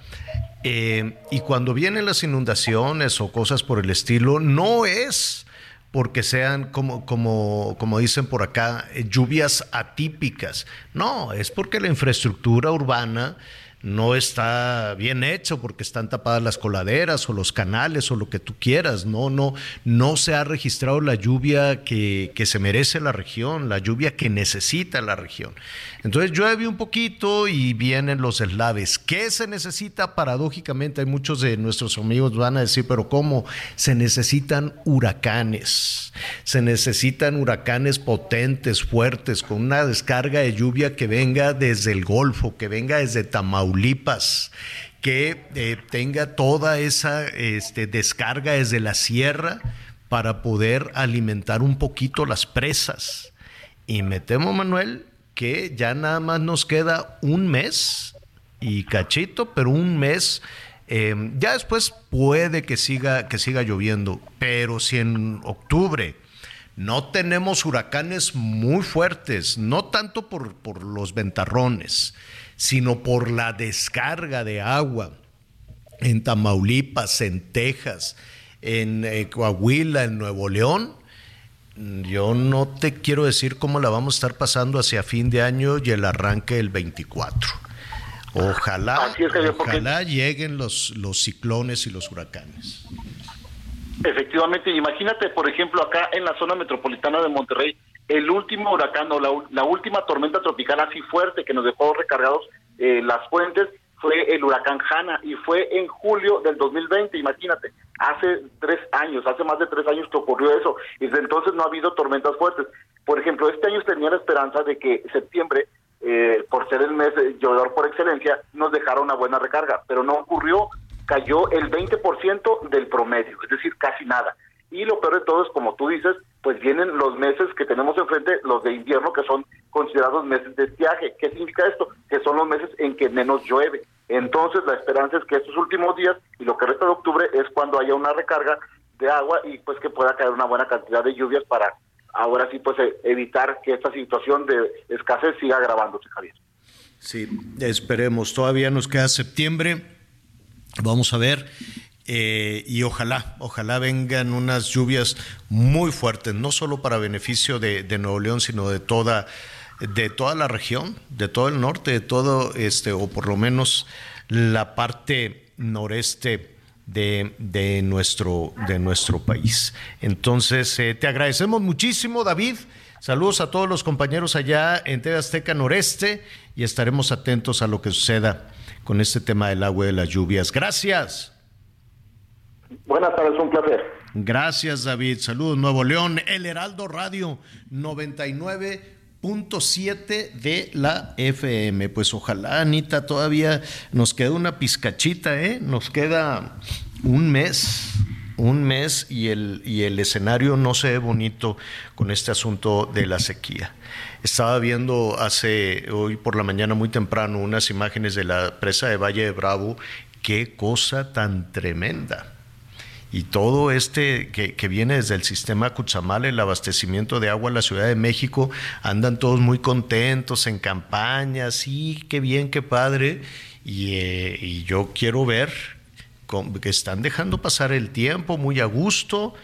eh, y cuando vienen las inundaciones o cosas por el estilo, no es porque sean, como, como, como dicen por acá, lluvias atípicas. No, es porque la infraestructura urbana no está bien hecho, porque están tapadas las coladeras o los canales o lo que tú quieras. No, no, no se ha registrado la lluvia que, que se merece la región, la lluvia que necesita la región. Entonces llueve un poquito y vienen los deslaves. ¿Qué se necesita? Paradójicamente, hay muchos de nuestros amigos van a decir, pero ¿cómo? Se necesitan huracanes. Se necesitan huracanes potentes, fuertes, con una descarga de lluvia que venga desde el Golfo, que venga desde Tamaulipas, que eh, tenga toda esa este, descarga desde la sierra para poder alimentar un poquito las presas. Y me temo, Manuel, que ya nada más nos queda un mes y cachito, pero un mes. Eh, ya después puede que siga, que siga lloviendo, pero si en octubre no tenemos huracanes muy fuertes, no tanto por, por los ventarrones, sino por la descarga de agua en Tamaulipas, en Texas, en eh, Coahuila, en Nuevo León, yo no te quiero decir cómo la vamos a estar pasando hacia fin de año y el arranque del veinticuatro. Ojalá, es, Javier, ojalá porque... lleguen los, los ciclones y los huracanes. Efectivamente, imagínate, por ejemplo, acá en la zona metropolitana de Monterrey, el último huracán o la, la última tormenta tropical así fuerte que nos dejó recargados eh, las fuentes fue el huracán Hanna, y fue en julio del dos mil veinte, imagínate, hace tres años, hace más de tres años que ocurrió eso, y desde entonces no ha habido tormentas fuertes. Por ejemplo, este año tenía la esperanza de que septiembre, eh, por ser el mes llovedor por excelencia, nos dejara una buena recarga, pero no ocurrió, cayó el veinte por ciento del promedio, es decir, casi nada. Y lo peor de todo es, como tú dices, pues vienen los meses que tenemos enfrente, los de invierno, que son considerados meses de estiaje. ¿Qué significa esto? Que son los meses en que menos llueve. Entonces, la esperanza es que estos últimos días y lo que resta de octubre es cuando haya una recarga de agua y pues que pueda caer una buena cantidad de lluvias para ahora sí pues evitar que esta situación de escasez siga agravándose, Javier. Sí, esperemos. Todavía nos queda septiembre. Vamos a ver. Eh, y ojalá, ojalá vengan unas lluvias muy fuertes, no solo para beneficio de, de Nuevo León, sino de toda, de toda la región, de todo el norte, de todo, este, o por lo menos la parte noreste de, de, nuestro, de nuestro país. Entonces, eh, te agradecemos muchísimo, David. Saludos a todos los compañeros allá en T V Azteca Noreste y estaremos atentos a lo que suceda con este tema del agua y de las lluvias. Gracias. Buenas tardes, un placer. Gracias, David. Saludos, Nuevo León. El Heraldo Radio noventa y nueve punto siete de la F M. Pues ojalá, Anita, todavía nos queda una pizcachita, ¿eh? Nos queda un mes, un mes y el, y el escenario no se ve bonito con este asunto de la sequía. Estaba viendo hace, hoy por la mañana muy temprano, unas imágenes de la presa de Valle de Bravo. Qué cosa tan tremenda. Y todo este que, que viene desde el sistema Cutzamala, el abastecimiento de agua en la Ciudad de México, andan todos muy contentos en campañas, sí, qué bien, qué padre, y, eh, y yo quiero ver con, que están dejando pasar el tiempo muy a gusto,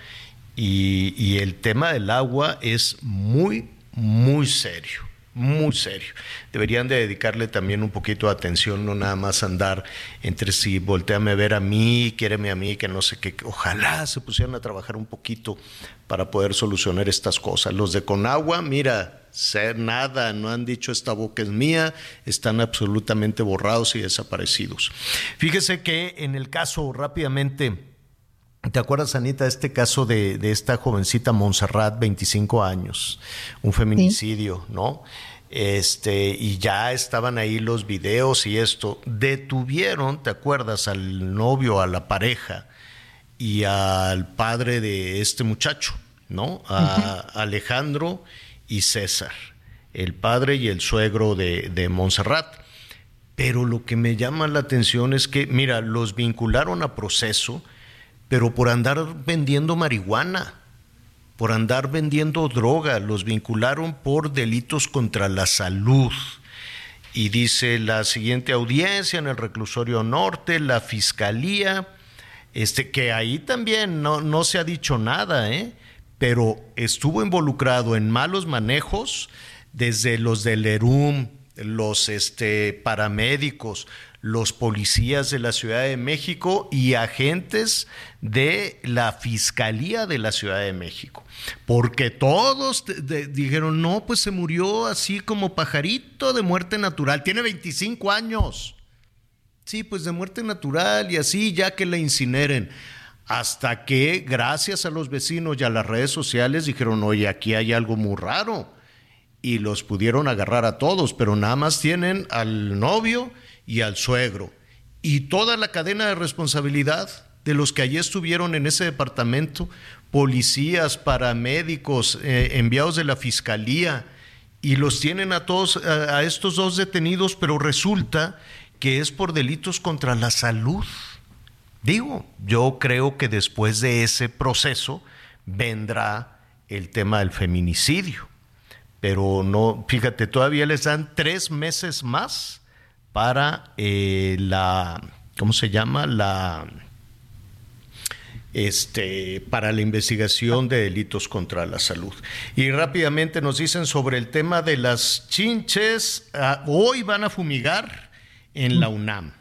y, y el tema del agua es muy, muy serio. Muy serio. Deberían de dedicarle también un poquito de atención, no nada más andar entre sí, voltéame a ver a mí, quiéreme a mí, que no sé qué. Ojalá se pusieran a trabajar un poquito para poder solucionar estas cosas. Los de Conagua, mira, ser nada, no han dicho esta boca es mía, están absolutamente borrados y desaparecidos. Fíjese que en el caso, rápidamente, ¿te acuerdas, Anita, de este caso de, de esta jovencita Montserrat, veinticinco años, un feminicidio, sí, ¿no? Este, y ya estaban ahí los videos y esto. Detuvieron, ¿te acuerdas?, al novio, a la pareja y al padre de este muchacho, ¿no? A uh-huh. Alejandro y César, el padre y el suegro de, de Montserrat. Pero lo que me llama la atención es que, mira, los vincularon a proceso, pero por andar vendiendo marihuana, por andar vendiendo droga, los vincularon por delitos contra la salud. Y dice la siguiente audiencia en el reclusorio norte, la fiscalía, este, que ahí también no, no se ha dicho nada, ¿eh? Pero estuvo involucrado en malos manejos desde los del ERUM, los este, paramédicos, los policías de la Ciudad de México y agentes de la Fiscalía de la Ciudad de México, porque todos de, de, dijeron, no, pues se murió así como pajarito de muerte natural, tiene veinticinco años, sí, pues de muerte natural y así, ya que la incineren, hasta que gracias a los vecinos y a las redes sociales dijeron, oye, aquí hay algo muy raro, y los pudieron agarrar a todos, pero nada más tienen al novio y al suegro, y toda la cadena de responsabilidad de los que allí estuvieron en ese departamento, policías, paramédicos, eh, enviados de la fiscalía, y los tienen a todos, a, a estos dos detenidos, pero resulta que es por delitos contra la salud. Digo, yo creo que después de ese proceso vendrá el tema del feminicidio, pero no, fíjate, todavía les dan tres meses más para eh, la, ¿cómo se llama? La, este, para la investigación de delitos contra la salud. Y rápidamente nos dicen sobre el tema de las chinches, uh, hoy van a fumigar en la UNAM.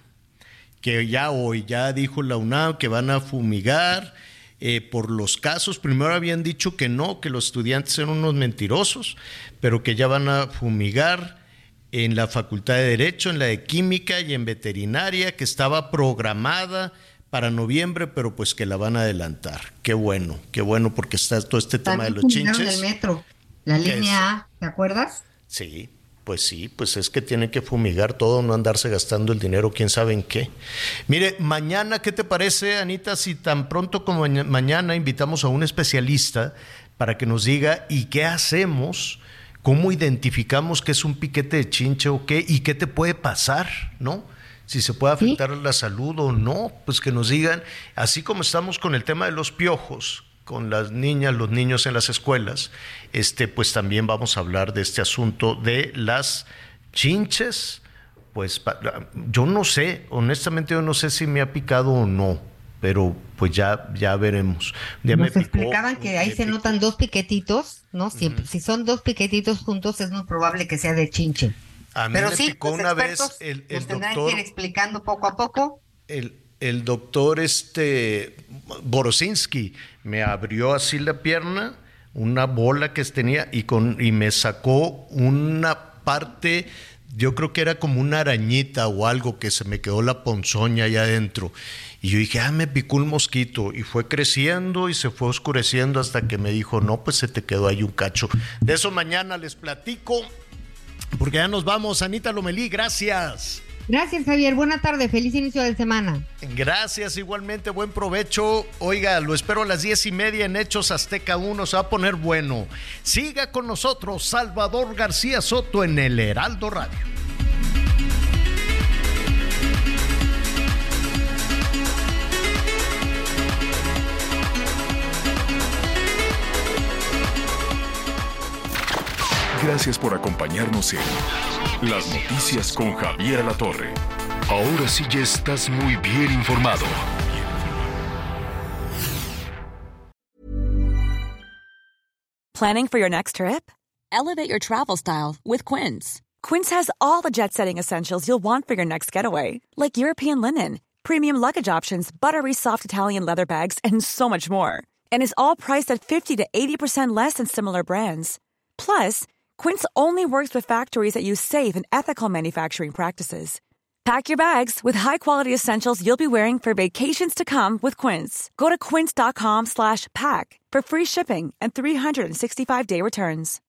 Que ya hoy, ya dijo la UNAM que van a fumigar eh, por los casos. Primero habían dicho que no, que los estudiantes eran unos mentirosos, pero que ya van a fumigar en la Facultad de Derecho, en la de Química y en Veterinaria, que estaba programada para noviembre, pero pues que la van a adelantar. Qué bueno, qué bueno, porque está todo este tema de los chinches. El metro, la línea A, ¿te acuerdas? Sí. Pues sí, pues es que tienen que fumigar todo, no andarse gastando el dinero, quién sabe en qué. Mire, mañana, ¿qué te parece, Anita, si tan pronto como mañana, mañana invitamos a un especialista para que nos diga y qué hacemos, cómo identificamos que es un piquete de chinche o qué, y qué te puede pasar, ¿no? Si se puede afectar ¿Sí? la salud o no, pues que nos digan, así como estamos con el tema de los piojos, con las niñas, los niños en las escuelas, este, pues también vamos a hablar de este asunto de las chinches. Pues yo no sé, honestamente yo no sé si me ha picado o no, pero pues ya, ya veremos. Ya Nos me picó, explicaban que ahí se picó. Notan dos piquetitos, ¿no? Si, uh-huh. si son dos piquetitos juntos es muy probable que sea de chinche. A mí pero me sí, picó una vez el, el nos tendrán doctor. que ir explicando poco a poco. El, el doctor este Borosinski me abrió así la pierna, una bola que tenía y con y me sacó una parte, yo creo que era como una arañita o algo, que se me quedó la ponzoña allá adentro. Y yo dije, ah, me picó un mosquito, y fue creciendo y se fue oscureciendo hasta que me dijo, no, pues se te quedó ahí un cacho. De eso mañana les platico, porque ya nos vamos. Anita Lomelí, gracias. Gracias, Javier. Buena tarde. Feliz inicio de semana. Gracias, igualmente. Buen provecho. Oiga, lo espero a las diez y media en Hechos Azteca uno. Se va a poner bueno. Siga con nosotros Salvador García Soto en el Heraldo Radio. Gracias por acompañarnos en Las Noticias con Javier Alatorre. Ahora sí ya estás muy bien informado. Planning for your next trip? Elevate your travel style with Quince. Quince has all the jet-setting essentials you'll want for your next getaway, like European linen, premium luggage options, buttery soft Italian leather bags, and so much more. And is all priced at fifty to eighty percent less than similar brands. Plus, Quince only works with factories that use safe and ethical manufacturing practices. Pack your bags with high-quality essentials you'll be wearing for vacations to come with Quince. Go to quince.com slash pack for free shipping and three sixty-five day returns.